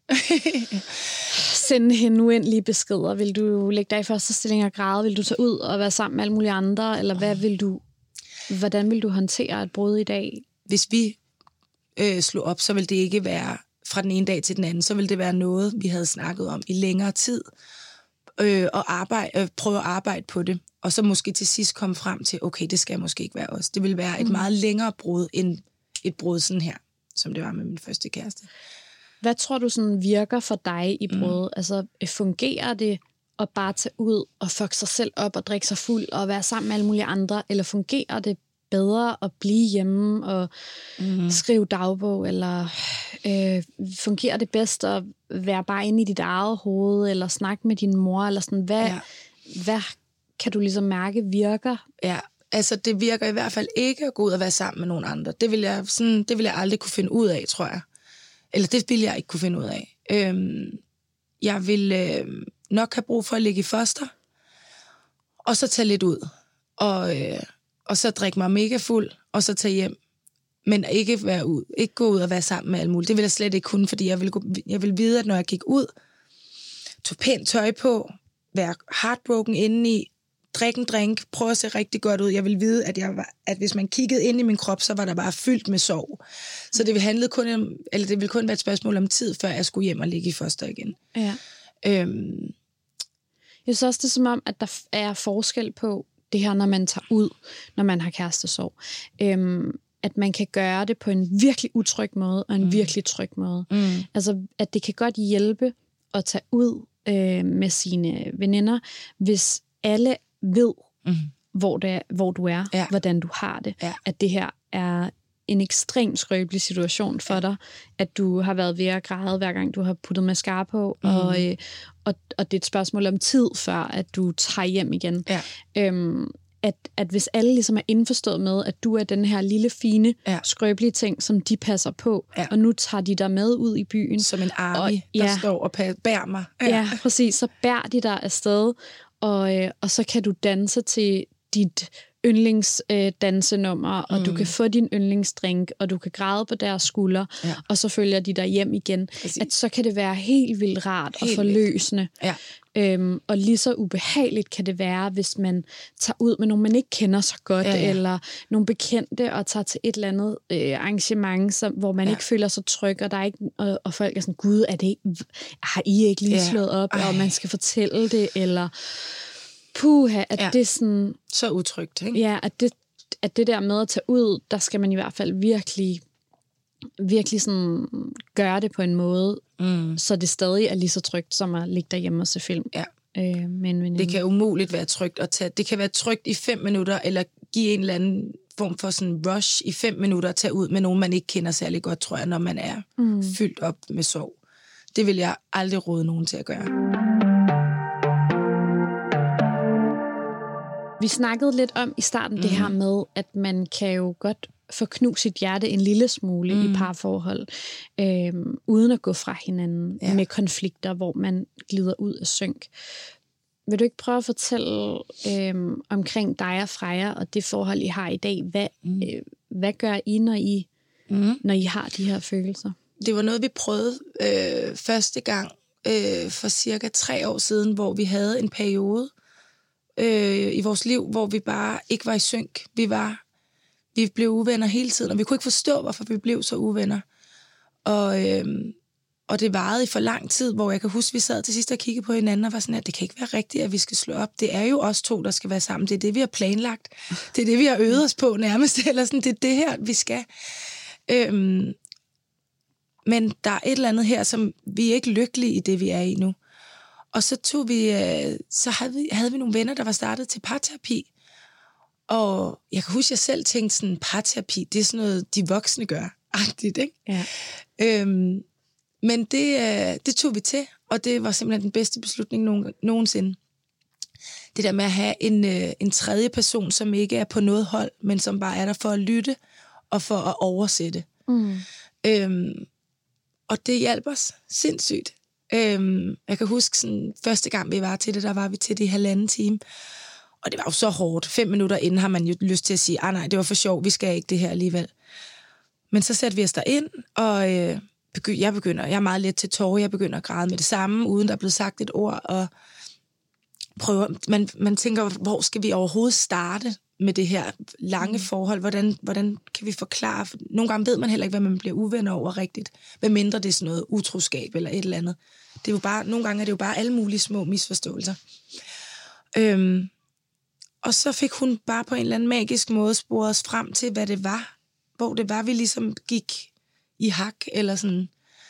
sende hende uendelige beskeder? Vil du lægge dig i første stilling og græde? Vil du tage ud og være sammen med alle mulige andre? Eller hvad vil du, hvordan vil du håndtere et brud i dag? Hvis vi øh, slog op, så vil det ikke være fra den ene dag til den anden. Så vil det være noget, vi havde snakket om i længere tid. Øh, og arbejde, øh, prøve at arbejde på det. Og så måske til sidst komme frem til, okay, det skal måske ikke være os. Det vil være et mm. meget længere brud end et brud sådan her, som det var med min første kæreste. Hvad tror du sådan virker for dig i brud? Mm. Altså, fungerer det at bare tage ud og fuck sig selv op og drikke sig fuld og være sammen med alle mulige andre? Eller fungerer det bedre at blive hjemme og mm. skrive dagbog, eller øh, fungerer det bedst at være bare inde i dit eget hoved, eller snakke med din mor, eller sådan, hvad, ja. hvad kan du ligesom mærke virker? Ja, altså det virker i hvert fald ikke at gå ud og være sammen med nogen andre. Det vil jeg, sådan, det vil jeg aldrig kunne finde ud af, tror jeg. Eller det vil jeg ikke kunne finde ud af. Øhm, jeg vil øh, nok have brug for at ligge i foster, og så tage lidt ud. Og, øh, og så drikke mig mega fuld, og så tage hjem. Men ikke, være ud, ikke gå ud og være sammen med alle mulige. Det vil jeg slet ikke kunne, fordi jeg vil, jeg vil vide, at når jeg gik ud, tog pænt tøj på, være heartbroken indeni, drikke en drink, prøve at se rigtig godt ud. Jeg vil vide, at, jeg var, at hvis man kiggede ind i min krop, så var der bare fyldt med sorg. Så det ville, handle kun om, eller det ville kun være et spørgsmål om tid, før jeg skulle hjem og ligge i foster igen. Ja. Øhm. Jeg synes også, det er som om, at der er forskel på det her, når man tager ud, når man har kærestesorg. Øhm, at man kan gøre det på en virkelig utryg måde, og en mm. virkelig tryg måde. Mm. Altså, at det kan godt hjælpe at tage ud øh, med sine veninder, hvis alle ved, mm. hvor, det er, hvor du er, ja. hvordan du har det. Ja. At det her er en ekstremt skrøbelig situation for ja. dig, at du har været ved at græde, hver gang du har puttet mascara på, mm. og, øh, og, og det er et spørgsmål om tid, før at du tager hjem igen. Ja. Øhm, at, at hvis alle ligesom er indforstået med, at du er den her lille, fine, ja. skrøbelige ting, som de passer på, ja. og nu tager de dig med ud i byen. Som en army, og, der ja, står og bærer mig. Ja. ja, præcis. Så bærer de dig afsted, og, øh, og så kan du danse til dit yndlingsdansenummer, øh, og mm. du kan få din yndlingsdrink, og du kan græde på deres skuldre, ja. og så følger de dig hjem igen. Præcis. At så kan det være helt vildt rart helt og forløsende. Ja. Øhm, og lige så ubehageligt kan det være, hvis man tager ud med nogen, man ikke kender så godt, ja, ja. eller nogle bekendte, og tager til et eller andet øh, arrangement, som, hvor man ja. ikke føler sig tryg, og, der er ikke, og, og folk er sådan, gud, er det ikke, har I ikke lige ja. slået op, Ej. og man skal fortælle det, eller puha, at ja. det er sådan... Så utrygt, ikke? Ja, at det, at det der med at tage ud, der skal man i hvert fald virkelig, virkelig sådan gøre det på en måde, mm. så det stadig er lige så trygt, som at ligge derhjemme og se film. Ja. Øh, men, det kan umuligt være trygt at tage. Det kan være trygt i fem minutter, eller give en eller anden form for sådan rush i fem minutter at tage ud med nogen, man ikke kender særlig godt, tror jeg, når man er mm. fyldt op med sorg. Det vil jeg aldrig råde nogen til at gøre. Vi snakkede lidt om i starten mm. det her med, at man kan jo godt få knust sit hjerte en lille smule mm. i parforhold, øhm, uden at gå fra hinanden ja. med konflikter, hvor man glider ud af synk. Vil du ikke prøve at fortælle øhm, omkring dig og Freja og det forhold, I har i dag? Hvad, mm. øh, hvad gør I, når I, mm. når I har de her følelser? Det var noget, vi prøvede øh, første gang øh, for cirka tre år siden, hvor vi havde en periode øh, i vores liv, hvor vi bare ikke var i synk. Vi var, vi blev uvenner hele tiden, og vi kunne ikke forstå, hvorfor vi blev så uvenner. Og, øh, og det varede i for lang tid, hvor jeg kan huske, vi sad til sidst og kiggede på hinanden og var sådan, at det kan ikke være rigtigt, at vi skal slå op. Det er jo os to, der skal være sammen. Det er det, vi har planlagt. Det er det, vi har øvet os på nærmest. Eller sådan, det er det her, vi skal. Øh, men der er et eller andet her, som vi er ikke lykkelige i det, vi er i nu. Og så tog vi, så havde vi, havde vi nogle venner, der var startet til parterapi. Og jeg kan huske, at jeg selv tænkte sådan, parterapi, det er sådan noget, de voksne gør. Agtigt, ikke? Ja. Øhm, men det, det tog vi til, og det var simpelthen den bedste beslutning nogen, nogensinde. Det der med at have en, en tredje person, som ikke er på noget hold, men som bare er der for at lytte og for at oversætte. Mm. Øhm, og det hjalp os sindssygt. Øhm, jeg kan huske, sådan, første gang vi var til det, der var vi til det i halvanden time. Og det var jo så hårdt. Fem minutter inden har man jo lyst til at sige, ah nej, det var for sjov, vi skal ikke det her alligevel. Men så satte vi os derind, og øh, begy- jeg begynder, jeg er meget let til tårer, jeg begynder at græde med det samme, uden der er blevet sagt et ord, og prøver, man, man tænker, hvor skal vi overhovedet starte med det her lange mm. forhold? Hvordan, hvordan kan vi forklare? Nogle gange ved man heller ikke, hvad man bliver uvenner over rigtigt, hvad mindre det er sådan noget utroskab eller et eller andet. Det er jo bare, nogle gange er det jo bare alle mulige små misforståelser. Øhm, og så fik hun bare på en eller anden magisk måde sporet os frem til, hvad det var. Hvor det var, vi ligesom gik i hak, eller sådan.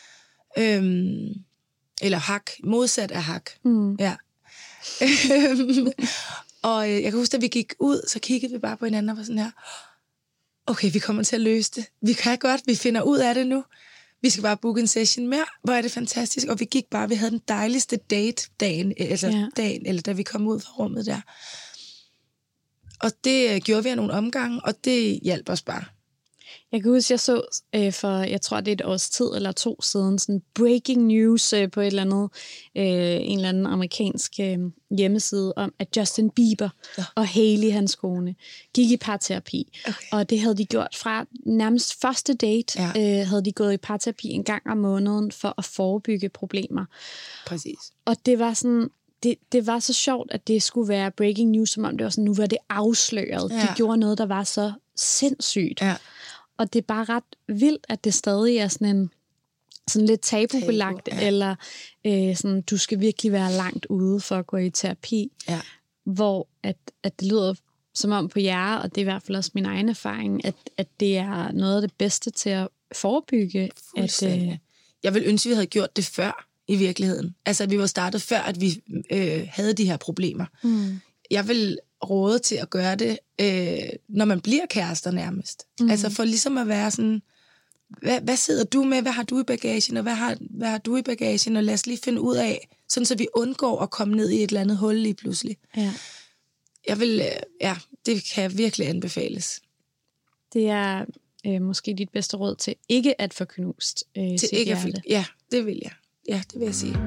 Øhm, eller hak, modsat af hak. Mm. Ja. Og jeg kan huske, at vi gik ud, så kiggede vi bare på hinanden og var sådan her, okay, vi kommer til at løse det. Vi kan godt, vi finder ud af det nu. Vi skal bare booke en session mere. Hvor er det fantastisk. Og vi gik bare, vi havde den dejligste date dagen, altså ja. dagen, eller da vi kom ud fra rummet der. Og det gjorde vi af nogle omgange, og det hjalp os bare. Jeg kan huske, jeg så øh, for, jeg tror, det er et års tid eller to siden, sådan breaking news øh, på et eller andet, øh, en eller anden amerikansk øh, hjemmeside om, at Justin Bieber ja. og Hailey, hans kone, gik i parterapi. Okay. Og det havde de gjort fra nærmest første date, ja. øh, havde de gået i parterapi en gang om måneden for at forebygge problemer. Præcis. Og det var sådan... Det, det var så sjovt, at det skulle være breaking news, som om det var sådan, nu var det afsløret. Ja. De gjorde noget, der var så sindssygt. Ja. Og det er bare ret vildt, at det stadig er sådan en sådan lidt tabubelagt, Tabu, ja. eller øh, sådan, du skal virkelig være langt ude for at gå i terapi. Ja. Hvor at, at det lyder som om på jer, og det er i hvert fald også min egen erfaring, at, at det er noget af det bedste til at forebygge. At, øh, Jeg vil ønske, at vi havde gjort det før. I virkeligheden. Altså, at vi var startet før, at vi øh, havde de her problemer. Mm. Jeg vil råde til at gøre det, øh, når man bliver kærester nærmest. Mm. Altså, for ligesom at være sådan, hvad, hvad sidder du med? Hvad har du i bagagen? Og hvad har, hvad har du i bagagen? Og lad os lige finde ud af, sådan så vi undgår at komme ned i et eller andet hul lige pludselig. Ja. Jeg vil, øh, ja, det kan virkelig anbefales. Det er øh, måske dit bedste råd til ikke at få knust øh, til sit ikke hjerte. at få, ja, det vil jeg. Ja, det vil jeg sige.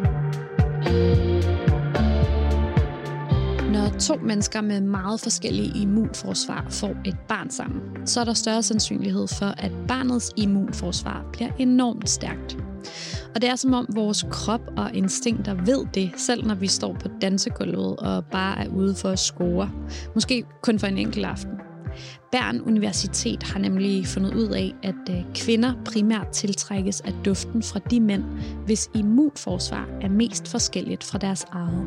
Når to mennesker med meget forskellige immunforsvar får et barn sammen, så er der større sandsynlighed for, at barnets immunforsvar bliver enormt stærkt. Og det er som om vores krop og instinkter ved det, selv når vi står på dansegulvet og bare er ude for at score. Måske kun for en enkelt aften. Bern Universitet har nemlig fundet ud af, at kvinder primært tiltrækkes af duften fra de mænd, hvis immunforsvar er mest forskelligt fra deres eget.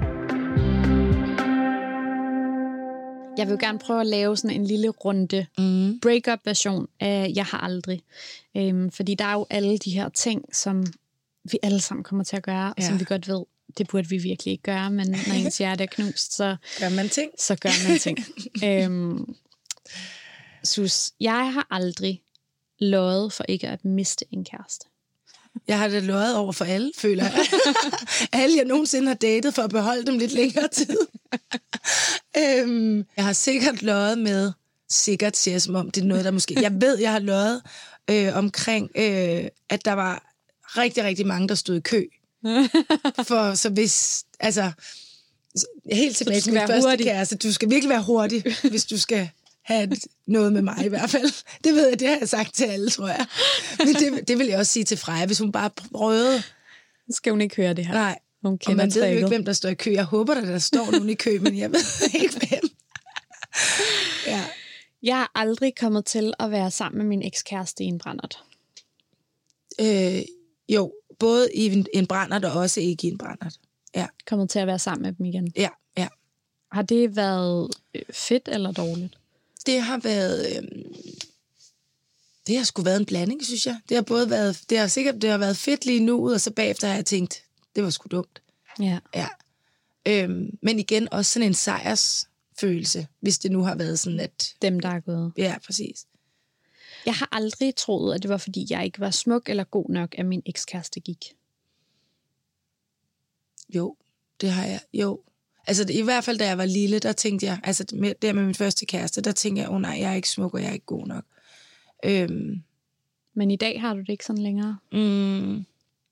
Jeg vil jo gerne prøve at lave sådan en lille runde mm. break-up-version af Jeg har aldrig. Øhm, fordi der er jo alle de her ting, som vi alle sammen kommer til at gøre, og ja. som vi godt ved, det burde vi virkelig ikke gøre, men når ens hjerte er knust, så gør man ting. Så gør man ting. øhm, Sus, jeg har aldrig løjet for ikke at miste en kæreste. Jeg har det løjet over for alle, føler jeg. Alle, jeg nogensinde har datet for at beholde dem lidt længere tid. øhm, jeg har sikkert løjet med, sikkert siger jeg som om, det er noget, der måske... Jeg ved, jeg har løjet øh, omkring, øh, at der var rigtig, rigtig mange, der stod i kø. For så hvis... Altså, helt tilbage til min første hurtig. kæreste. Du skal virkelig være hurtig, hvis du skal... have noget med mig i hvert fald. Det ved jeg, det har jeg sagt til alle, tror jeg. Men det, det vil jeg også sige til Freja, hvis hun bare prøvede. Skal hun ikke høre det her? Nej, hun og man ved jo ikke, hvem der står i kø. Jeg håber, at der står nogen i kø, men jeg ved ikke, hvem. Ja. Jeg har aldrig kommet til at være sammen med min ekskæreste i en brændert. Øh, jo, både i en, en brændert og også ikke i en brændert. Ja. Kommet til at være sammen med dem igen? Ja, ja. Har det været fedt eller dårligt? Det har været, øh, det har sgu været en blanding, synes jeg. Det har både været, det har sikkert, det har været fedt lige nu, og så bagefter har jeg tænkt, det var sgu dumt. Ja. Ja. Øhm, men igen også sådan en sejrsfølelse, hvis det nu har været sådan, at... Dem, der er gået. Ja, præcis. Jeg har aldrig troet, at det var, fordi jeg ikke var smuk eller god nok, at min ekskæreste gik. Jo, det har jeg. Jo. Altså i hvert fald, da jeg var lille, der tænkte jeg, altså med, der med min første kæreste, der tænkte jeg, åh oh, nej, jeg er ikke smuk, og jeg er ikke god nok. Øhm. Men i dag har du det ikke sådan længere? Mm.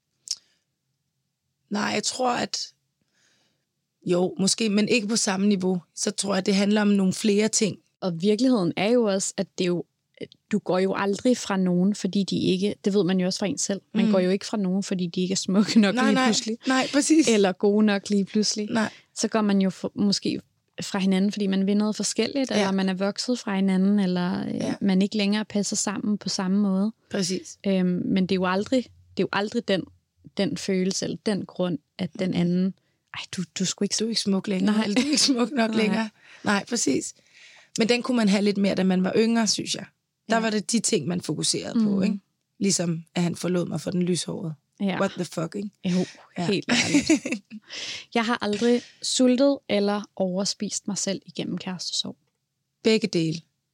Nej, jeg tror, at jo, måske, men ikke på samme niveau. Så tror jeg, det handler om nogle flere ting. Og virkeligheden er jo også, at det jo, du går jo aldrig fra nogen, fordi de ikke, det ved man jo også fra en selv, man mm. går jo ikke fra nogen, fordi de ikke er smukke nok nej, lige nej, pludselig. Nej, præcis. Eller gode nok lige pludselig. Nej. Så går man jo for, måske fra hinanden, fordi man vil noget forskelligt, ja. eller man er vokset fra hinanden, eller ja. øh, man ikke længere passer sammen på samme måde. Præcis. Øhm, men det er jo aldrig, det er jo aldrig den, den følelse, eller den grund, at den anden, ej, du, du er sgu ikke... Du er ikke smuk længere, nej. Eller du er ikke smuk nok nej. længere. Nej, præcis. Men den kunne man have lidt mere, da man var yngre, synes jeg. Der ja. var det de ting, man fokuserede mm. på, ikke? Ligesom, at han forlod mig for den lyshårede. Ja. What the fuck, ikke? Jo, ja. Helt ærligt. Jeg har aldrig sultet eller overspist mig selv igennem kærestesorg. Begge dele.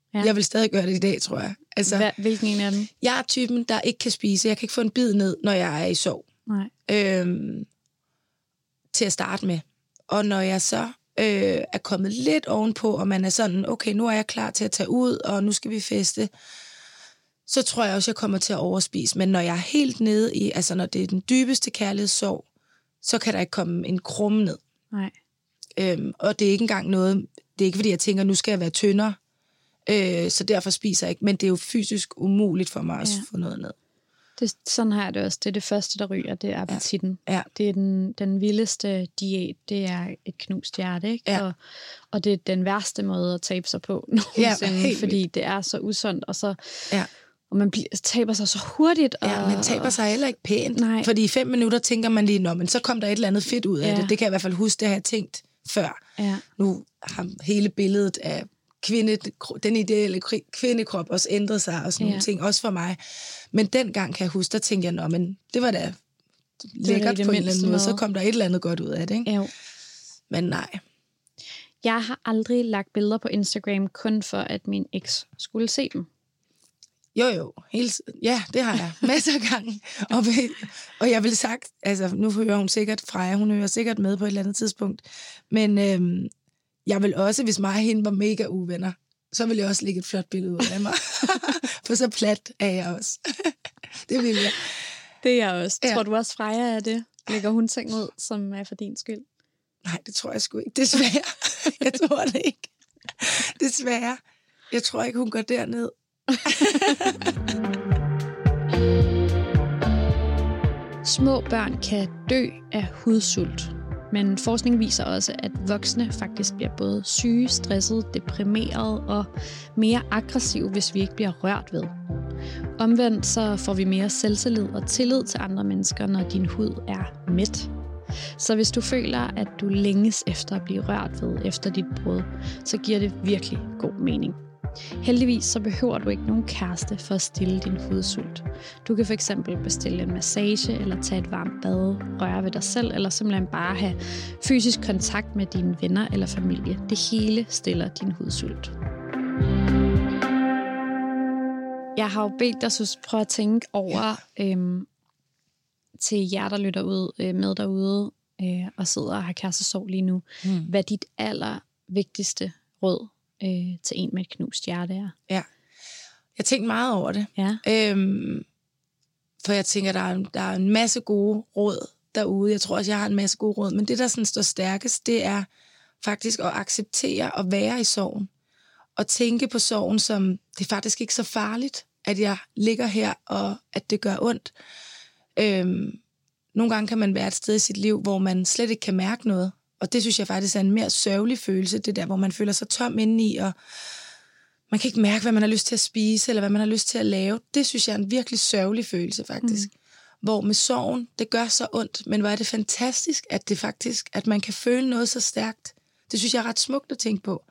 Ja. Jeg vil stadig gøre det i dag, tror jeg. Altså, Hva, hvilken en af dem? Jeg er typen, der ikke kan spise. Jeg kan ikke få en bid ned, når jeg er i sov. Nej. Øhm, til at starte med. Og når jeg så øh, er kommet lidt ovenpå, og man er sådan, okay, nu er jeg klar til at tage ud, og nu skal vi feste, så tror jeg også, jeg kommer til at overspise. Men når jeg er helt nede i, altså når det er den dybeste kærlighedssorg, så kan der ikke komme en krumme ned. Nej. Øhm, og det er ikke engang noget, det er ikke fordi, jeg tænker, nu skal jeg være tyndere, øh, så derfor spiser jeg ikke. Men det er jo fysisk umuligt for mig at ja. få noget ned. Det, sådan har jeg det også. Det er det første, der ryger, det er appetitten. Ja. Ja. Det er den, den vildeste diæt, det er et knust hjerte, ikke? Ja. Og, og det er den værste måde at tabe sig på nogensinde, ja, fordi det er så usundt, og så... Ja. Og man bliver, taber sig så hurtigt. Og, ja, man taber sig heller ikke pænt. Nej. Fordi i fem minutter tænker man lige, nå, men så kom der et eller andet fedt ud af ja. det. Det kan jeg i hvert fald huske, det har jeg tænkt før. Ja. Nu har hele billedet af kvinde, den ideelle kvindekrop også ændret sig, og sådan ja. nogle ting, også for mig. Men dengang kan jeg huske, der tænkte jeg, nå, men det var da lækkert på en eller anden måde. Så kom der et eller andet godt ud af det, ikke? Jo. Men nej. Jeg har aldrig lagt billeder på Instagram, kun for at min eks skulle se dem. Jo, jo. Hele, ja, det har jeg. Masser af gange. Og, og jeg vil sagt, altså nu hører hun sikkert Freja, hun hører sikkert med på et eller andet tidspunkt. Men øhm, jeg vil også, hvis mig og hende var mega uvenner, så vil jeg også lægge et flot billede ud af mig. For så plat er jeg også. Det vil jeg. Det er jeg også. Ja. Tror du også, Freja er det? Lægger hun ting ud, som er for din skyld? Nej, det tror jeg sgu ikke. Desværre. Jeg tror det ikke. Desværre. Jeg tror ikke, hun går derned. Små børn kan dø af hudsult, men forskning viser også, at voksne faktisk bliver både syge, stressede, deprimerede og mere aggressive, hvis vi ikke bliver rørt ved. Omvendt så får vi mere selvtillid og tillid til andre mennesker, når din hud er mæt. Så hvis du føler, at du længes efter at blive rørt ved efter dit brud, så giver det virkelig god mening. Heldigvis så behøver du ikke nogen kæreste for at stille din hudsult. Du kan fx bestille en massage, eller tage et varmt bad, røre ved dig selv, eller simpelthen bare have fysisk kontakt med dine venner eller familie. Det hele stiller din hudsult. Jeg har jo bedt dig, så prøve at tænke over øhm, til jer, der lytter ud øh, med derude øh, og sidder og har kærestesorg lige nu. Mm. Hvad dit aller vigtigste råd Øh, til en med et knust hjerte er. Ja, jeg tænkte meget over det. Ja. Øhm, for jeg tænker, der er, der er en masse gode råd derude. Jeg tror også, jeg har en masse gode råd. Men det, der sådan står stærkest, det er faktisk at acceptere at være i sorgen. Og tænke på sorgen som, det er faktisk ikke så farligt, at jeg ligger her, og at det gør ondt. Øhm, nogle gange kan man være et sted i sit liv, hvor man slet ikke kan mærke noget. Og det synes jeg faktisk er en mere sørgelig følelse, det der, hvor man føler sig tom indeni, og man kan ikke mærke, hvad man har lyst til at spise, eller hvad man har lyst til at lave. Det synes jeg er en virkelig sørgelig følelse, faktisk. Mm. Hvor med sorgen, det gør så ondt, men hvor er det fantastisk, at det faktisk, at man kan føle noget så stærkt. Det synes jeg er ret smukt at tænke på.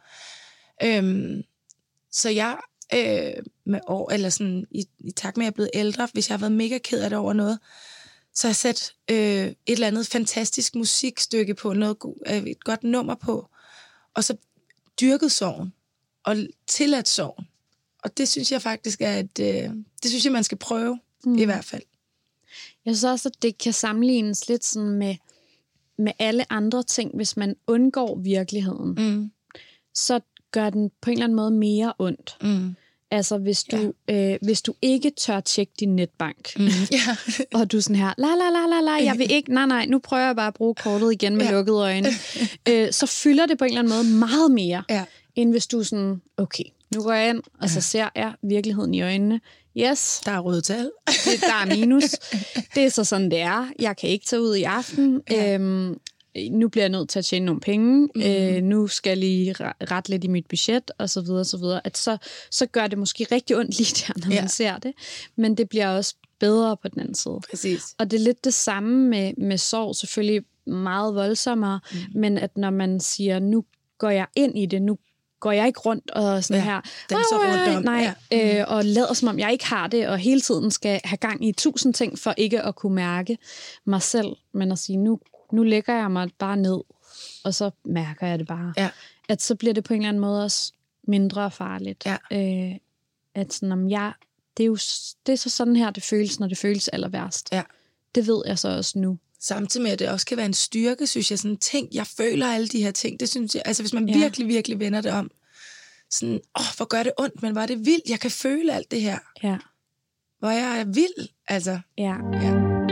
Øhm, så jeg, øh, med år, eller sådan, i, i takt med, at jeg er blevet ældre, hvis jeg har været mega ked af det over noget, så har jeg sat øh, et eller andet fantastisk musikstykke på, noget, øh, et godt nummer på, og så dyrket sorgen, og tilladt sorgen. Og det synes jeg faktisk er et, øh, det synes jeg, man skal prøve, mm. i hvert fald. Jeg synes også, at det kan sammenlignes lidt sådan med, med alle andre ting. Hvis man undgår virkeligheden, mm. så gør den på en eller anden måde mere ondt. Mm. Altså, hvis du, ja. øh, hvis du ikke tør tjekke din netbank, mm. yeah. og du er sådan her, la la la la la, jeg vil ikke, nej nej, nu prøver jeg bare at bruge kortet igen med ja. lukkede øjne, øh, så fylder det på en eller anden måde meget mere, ja. end hvis du er sådan, okay, nu går jeg ind, og ja. så ser jeg virkeligheden i øjnene. Yes. Der er røde tal. det, der er minus. Det er så sådan, det er. Jeg kan ikke tage ud i aften. Ja. Øhm, nu bliver jeg nødt til at tjene nogle penge, mm. øh, nu skal jeg lige rette lidt i mit budget, og så videre, og så videre. At så, så gør det måske rigtig ondt lige der, når ja. man ser det, men det bliver også bedre på den anden side. Præcis. Og det er lidt det samme med, med sorg, selvfølgelig meget voldsommere, mm. men at når man siger, nu går jeg ind i det, nu går jeg ikke rundt og sådan ja, her, den så rundt om. Nej, ja. øh, og lader som om jeg ikke har det, og hele tiden skal have gang i tusind ting, for ikke at kunne mærke mig selv, men at sige, nu Nu lægger jeg mig bare ned, og så mærker jeg det bare. Ja. At så bliver det på en eller anden måde også mindre farligt. Ja. Øh, at sådan, om jeg, det er jo det er så sådan her, det føles, når det føles aller værst. Ja. Det ved jeg så også nu. Samtidig med, at det også kan være en styrke, synes jeg, sådan ting, jeg føler alle de her ting, det synes jeg, altså hvis man Ja. virkelig, virkelig vender det om, sådan, åh, hvor gør det ondt, men hvor er det vildt, jeg kan føle alt det her. Ja. Hvor jeg er vild, altså. Ja. Ja.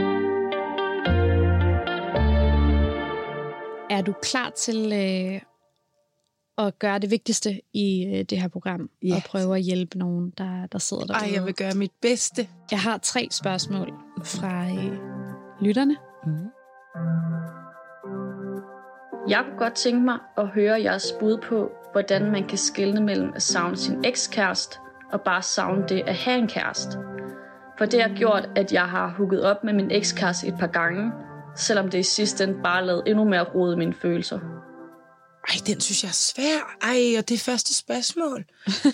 Er du klar til øh, at gøre det vigtigste i øh, det her program? Ja. Og prøve at hjælpe nogen, der, der sidder derude? Ej, jeg vil gøre mit bedste. Jeg har tre spørgsmål fra øh, lytterne. Mm. Jeg kunne godt tænke mig at høre jeres bud på, hvordan man kan skelne mellem at savne sin ekskæreste og bare savne det at have en kæreste. For det har gjort, at jeg har hugget op med min ekskæreste et par gange, selvom det i sidste ende bare lavede endnu mere rode mine følelser. Ej, den synes jeg er svær. Ej, og det er første spørgsmål.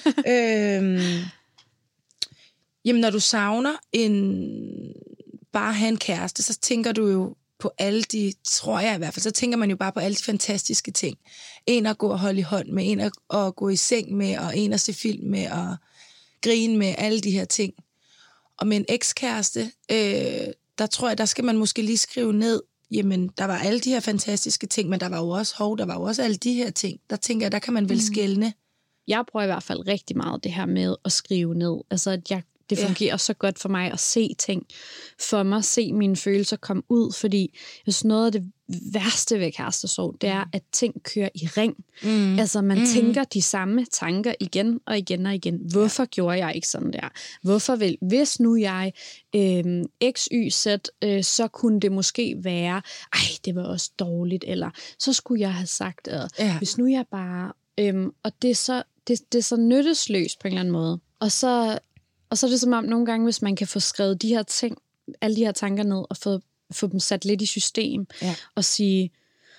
øhm, jamen, når du savner en bare at have en kæreste, så tænker du jo på alle de, tror jeg i hvert fald, så tænker man jo bare på alle de fantastiske ting. En at gå og holde i hånd med, en at, at gå i seng med, og en at se film med, og grine med, alle de her ting. Og med en ekskæreste, øh, der tror jeg, der skal man måske lige skrive ned, jamen, der var alle de her fantastiske ting, men der var jo også hov, der var jo også alle de her ting. Der tænker jeg, der kan man vel skelne. Jeg prøver i hvert fald rigtig meget det her med at skrive ned. Altså, at jeg, det fungerer ja. så godt for mig at se ting. For mig at se mine følelser komme ud, fordi jeg synes, noget af det værste ved kærestesorg, det er, at ting kører i ring. Mm. Altså, man mm. tænker de samme tanker igen og igen og igen. Hvorfor ja. gjorde jeg ikke sådan der? Hvorfor vil, hvis nu jeg øh, x, y, z, øh, så kunne det måske være, ej, det var også dårligt, eller så skulle jeg have sagt, øh, ja. hvis nu jeg bare... Øh, og det er, så, det, det er så nyttesløst på en eller anden måde. Og så, og så er det som om nogle gange, hvis man kan få skrevet de her ting, alle de her tanker ned, og få få dem sat lidt i system, ja. og sige,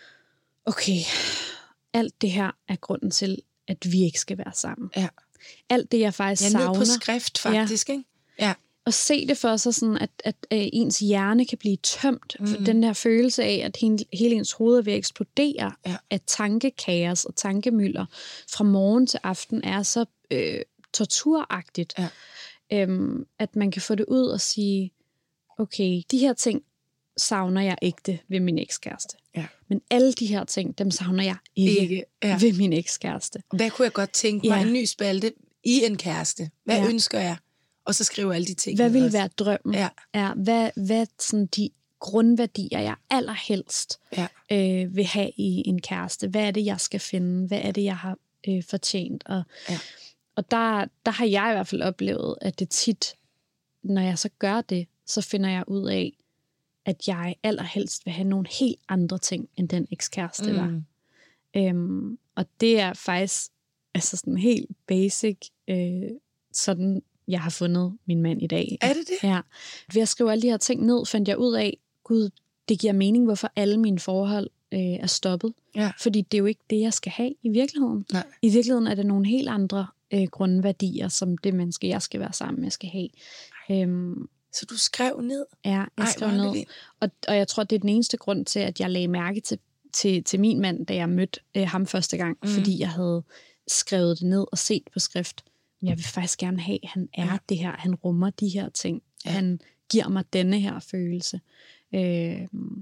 okay, alt det her er grunden til, at vi ikke skal være sammen. Ja. Alt det, jeg faktisk ja, savner. på skrift, faktisk, ja. ikke? Ja. Og se det for sig sådan, at, at, at ens hjerne kan blive tømt mm. for den her følelse af, at hele, hele ens hoved er ved at eksplodere, ja. at tankekaos og tankemylder fra morgen til aften er så øh, torturagtigt, ja. øhm, at man kan få det ud og sige, okay, de her ting savner jeg ægte ved min ekskæreste. Ja. Men alle de her ting, dem savner jeg ikke, ikke. Ja. ved min ekskæreste. Hvad kunne jeg godt tænke mig? Ja. En ny spalte i en kæreste. Hvad ja. ønsker jeg? Og så skrive alle de ting. Hvad vil være drømmen? Ja. Er, hvad hvad sådan de grundværdier, jeg allerhelst ja. øh, vil have i en kæreste? Hvad er det, jeg skal finde? Hvad er det, jeg har øh, fortjent? Og, ja. og der, der har jeg i hvert fald oplevet, at det tit, når jeg så gør det, så finder jeg ud af, at jeg allerhelst vil have nogle helt andre ting, end den ekskæreste mm. var. Øhm, og det er faktisk altså sådan helt basic, øh, sådan jeg har fundet min mand i dag. Er det det? Ja. Ved at skrive alle de her ting ned, fandt jeg ud af, gud, det giver mening, hvorfor alle mine forhold øh, er stoppet. Ja. Fordi det er jo ikke det, jeg skal have i virkeligheden. Nej. I virkeligheden er det nogle helt andre øh, grundværdier, som det menneske, jeg skal være sammen med, skal have. Øhm, Så du skrev ned? Ja, jeg Ej, skrev ned. Og, og jeg tror, det er den eneste grund til, at jeg lagde mærke til, til, til min mand, da jeg mødte øh, ham første gang. Mm. Fordi jeg havde skrevet det ned og set på skrift. Men jeg vil faktisk gerne have, at han er ja. det her. Han rummer de her ting. Ja. Han giver mig denne her følelse. Øh,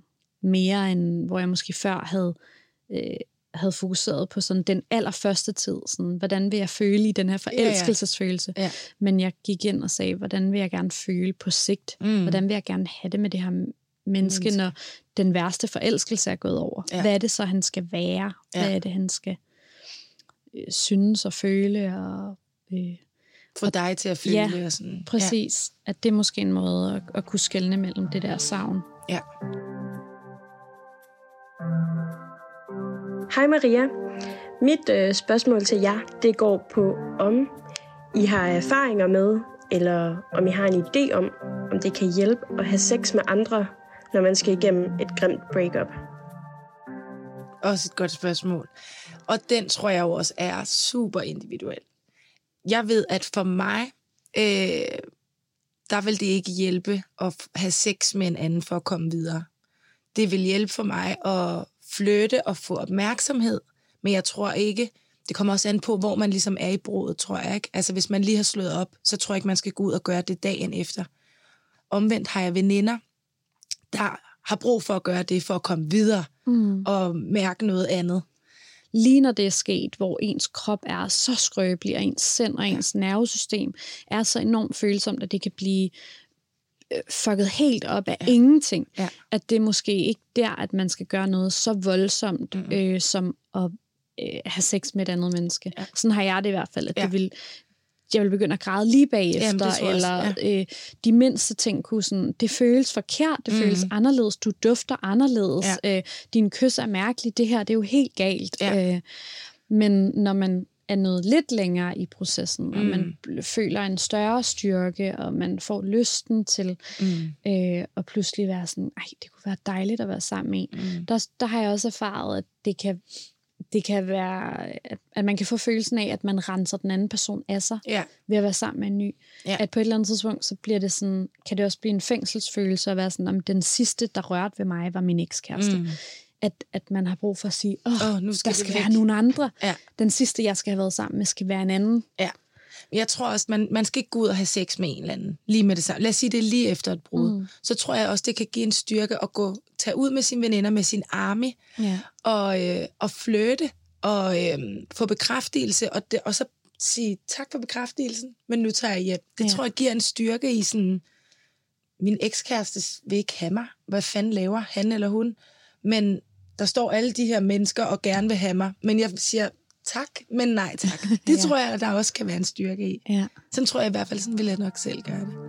mere end, hvor jeg måske før havde... Øh, havde fokuseret på sådan den allerførste tid, sådan, hvordan vil jeg føle i den her forelskelsesfølelse. Ja, ja. Men jeg gik ind og sagde, hvordan vil jeg gerne føle på sigt? Mm. Hvordan vil jeg gerne have det med det her menneske, mm. når den værste forelskelse er gået over? Ja. Hvad er det så, han skal være? Ja. Hvad er det, han skal øh, synes og føle? Og, øh, Få og, dig til at føle. Ja, og sådan. præcis. Ja. At det er måske en måde at, at kunne skelne mellem det der savn. Ja. Hej Maria. Mit øh, spørgsmål til jer, det går på, om I har erfaringer med, eller om I har en idé om, om det kan hjælpe at have sex med andre, når man skal igennem et grimt breakup. Også et godt spørgsmål. Og den tror jeg jo også er super individuel. Jeg ved, at for mig, øh, der vil det ikke hjælpe at have sex med en anden for at komme videre. Det vil hjælpe for mig at flytte og få opmærksomhed, men jeg tror ikke, det kommer også an på, hvor man ligesom er i brudet, tror jeg, ikke? Altså, hvis man lige har slået op, så tror jeg ikke, man skal gå ud og gøre det dagen efter. Omvendt har jeg veninder, der har brug for at gøre det, for at komme videre mm. og mærke noget andet. Lige når det er sket, hvor ens krop er så skrøbelig, og ens sind og ens ja. nervesystem er så enormt følsomt, at det kan blive øh, fucket helt op af ja. ingenting. Ja. At det er måske ikke der, at man skal gøre noget så voldsomt, mm. øh, som at øh, have sex med et andet menneske. Ja. Sådan har jeg det i hvert fald, at ja. det vil... jeg vil begynde at græde lige bagefter, Jamen, eller ja. øh, de mindste ting kunne sådan, det føles forkert, det mm. føles anderledes, du dufter anderledes, ja. øh, din kys er mærkelig, det her, det er jo helt galt. Ja. Øh, men når man er nået lidt længere i processen, mm. og man føler en større styrke, og man får lysten til mm. øh, at pludselig være sådan, ej, det kunne være dejligt at være sammen med en. Mm. Der, der har jeg også erfaret, at det kan Det kan være, at man kan få følelsen af, at man renser den anden person af sig ja. ved at være sammen med en ny. Ja. At på et eller andet tidspunkt, så bliver det sådan, kan det også blive en fængselsfølelse at være sådan, om den sidste, der rørte ved mig, var min ekskæreste. Mm. At, at man har brug for at sige, åh, oh, nu skal der skal være nogle andre. Ja. Den sidste, jeg skal have været sammen med, skal være en anden. Ja. Jeg tror også, man, man skal ikke gå ud og have sex med en eller anden. Lige med det samme. Lad os sige det lige efter et brud. Mm. Så tror jeg også, det kan give en styrke at gå, tage ud med sine veninder, med sin army, ja. og, øh, og flirte, og øh, få bekræftelse, og, det, og så sige tak for bekræftelsen, men nu tager jeg hjem. Det ja. tror jeg giver en styrke i sådan, min ekskæreste vil ikke have mig. Hvad fanden laver han eller hun? Men der står alle de her mennesker og gerne vil have mig, men jeg siger tak, men nej tak. Det ja. tror jeg, der også kan være en styrke i. Ja. Sådan tror jeg i hvert fald, sådan vil jeg nok selv gøre det.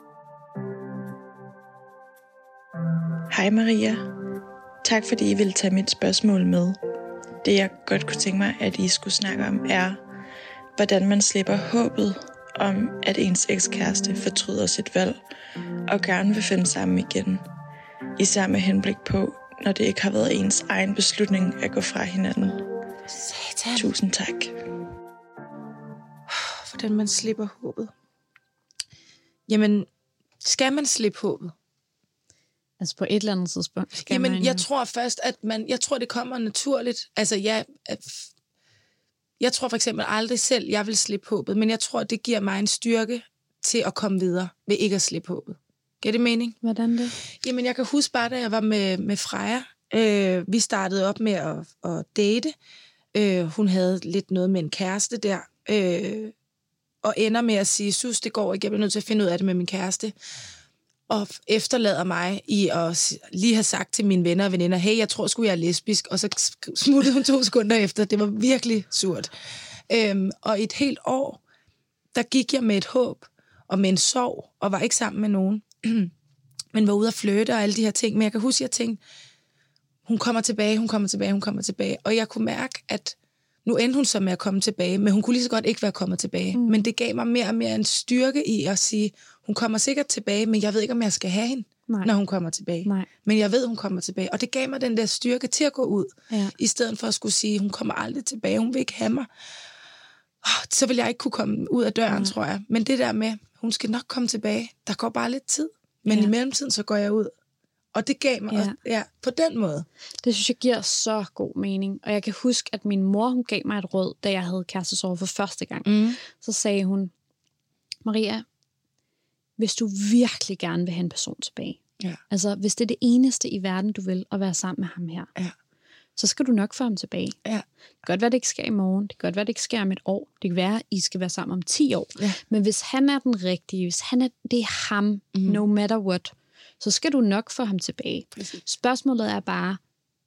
Hej Maria. Tak fordi I ville tage mit spørgsmål med. Det jeg godt kunne tænke mig, at I skulle snakke om, er, hvordan man slipper håbet om, at ens ekskæreste fortryder sit valg og gerne vil finde sammen igen. Især med henblik på, når det ikke har været ens egen beslutning at gå fra hinanden. Satan. Tusind tak. Hvordan man slipper håbet. Jamen, skal man slippe håbet? Altså på et eller andet tidspunkt. Skal Jamen, man... jeg tror først, at man, jeg tror, det kommer naturligt. Altså, jeg, jeg tror for eksempel aldrig selv, jeg vil slippe håbet, men jeg tror, det giver mig en styrke til at komme videre, ved ikke at slippe håbet. Giver det mening? Hvordan det? Jamen, jeg kan huske bare, da jeg var med, med Freja. Øh, vi startede op med at, at date. Øh, hun havde lidt noget med en kæreste der. Øh, og ender med at sige, sus, det går ikke, jeg bliver nødt til at finde ud af det med min kæreste. Og efterlader mig i at lige have sagt til mine venner og veninder, hey, jeg tror sgu, jeg er lesbisk, og så smuttede hun to sekunder efter. Det var virkelig surt. Øhm, og et helt år, der gik jeg med et håb, og med en sorg, og var ikke sammen med nogen. Men var ude at flirte og alle de her ting. Men jeg kan huske, at jeg tænkte, hun kommer tilbage, hun kommer tilbage, hun kommer tilbage. Og jeg kunne mærke, at nu endte hun så med at komme tilbage, men hun kunne lige så godt ikke være kommet tilbage. Mm. Men det gav mig mere og mere en styrke i at sige, hun kommer sikkert tilbage, men jeg ved ikke, om jeg skal have hende, Nej. når hun kommer tilbage. Nej. Men jeg ved, hun kommer tilbage. Og det gav mig den der styrke til at gå ud, ja. i stedet for at skulle sige, hun kommer aldrig tilbage, hun vil ikke have mig. Oh, så vil jeg ikke kunne komme ud af døren, ja. tror jeg. Men det der med, hun skal nok komme tilbage, der går bare lidt tid. Men ja. i mellemtiden, så går jeg ud. Og det gav mig ja. Også, ja, på den måde. Det synes jeg giver så god mening. Og jeg kan huske, at min mor, hun gav mig et råd, da jeg havde kærestesorg for første gang. Mm. Så sagde hun, Maria, hvis du virkelig gerne vil have en person tilbage, ja. altså hvis det er det eneste i verden, du vil, at være sammen med ham her, ja. så skal du nok få ham tilbage. Ja. Det kan godt være, det ikke sker i morgen. Det kan godt være, det ikke sker om et år. Det kan være, at I skal være sammen om ti år. Ja. Men hvis han er den rigtige, hvis han er, det er ham, mm. no matter what, så skal du nok få ham tilbage. Præcis. Spørgsmålet er bare,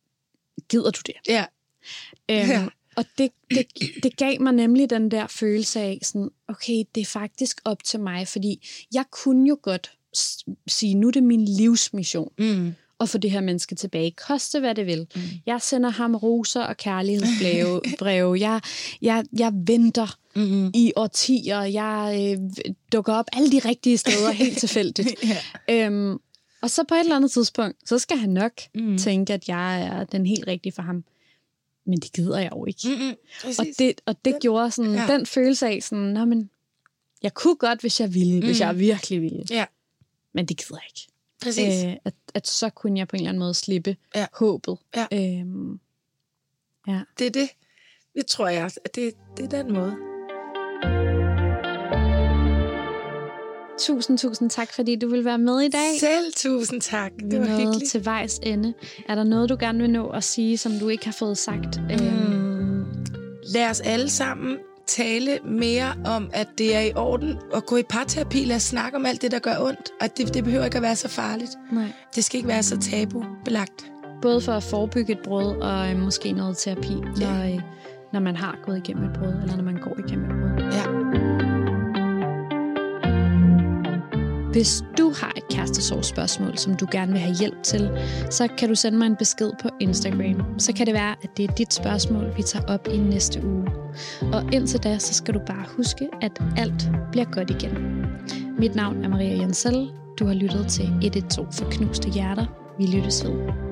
gider du det? Ja. Øhm, ja. Og det, det, det gav mig nemlig den der følelse af, sådan, okay, det er faktisk op til mig, fordi jeg kunne jo godt sige, nu er det min livsmission, mm. at få det her menneske tilbage. Koste hvad det vil. Mm. Jeg sender ham roser og kærlighedsbreve. jeg, jeg, jeg venter mm-hmm. i årtier. Jeg øh, dukker op alle de rigtige steder, helt tilfældigt. ja. øhm, Og så på et eller andet tidspunkt, så skal han nok mm. tænke, at jeg er den helt rigtige for ham. Men det gider jeg jo ikke. Mm-hmm. Og det, og det den, gjorde sådan, ja. den følelse af, sådan, nå, men jeg kunne godt, hvis jeg ville, mm. hvis jeg virkelig ville. Ja. Men det gider jeg ikke. Præcis. Æ, at, at så kunne jeg på en eller anden måde slippe ja. håbet. Ja. Æm, ja. Det er det. Det tror jeg, at det, det er den måde. Tusind, tusind tak, fordi du vil være med i dag. Selv tusind tak. Det var noget hyggeligt. Til vejs ende. Er der noget, du gerne vil nå at sige, som du ikke har fået sagt? Mm. Lad os alle sammen tale mere om, at det er i orden at gå i parterapi. Lad os snakke om alt det, der gør ondt. Og det, det behøver ikke at være så farligt. Nej. Det skal ikke være så tabubelagt. Både for at forebygge et brud, og øh, måske noget terapi, ja. når, øh, når man har gået igennem et brud, eller når man går igennem et brud. Ja. Hvis du har et kærestesorgsspørgsmål, som du gerne vil have hjælp til, så kan du sende mig en besked på Instagram. Så kan det være, at det er dit spørgsmål, vi tager op i næste uge. Og indtil da, så skal du bare huske, at alt bliver godt igen. Mit navn er Maria Jensel. Du har lyttet til et et to for knuste hjerter. Vi lyttes ved.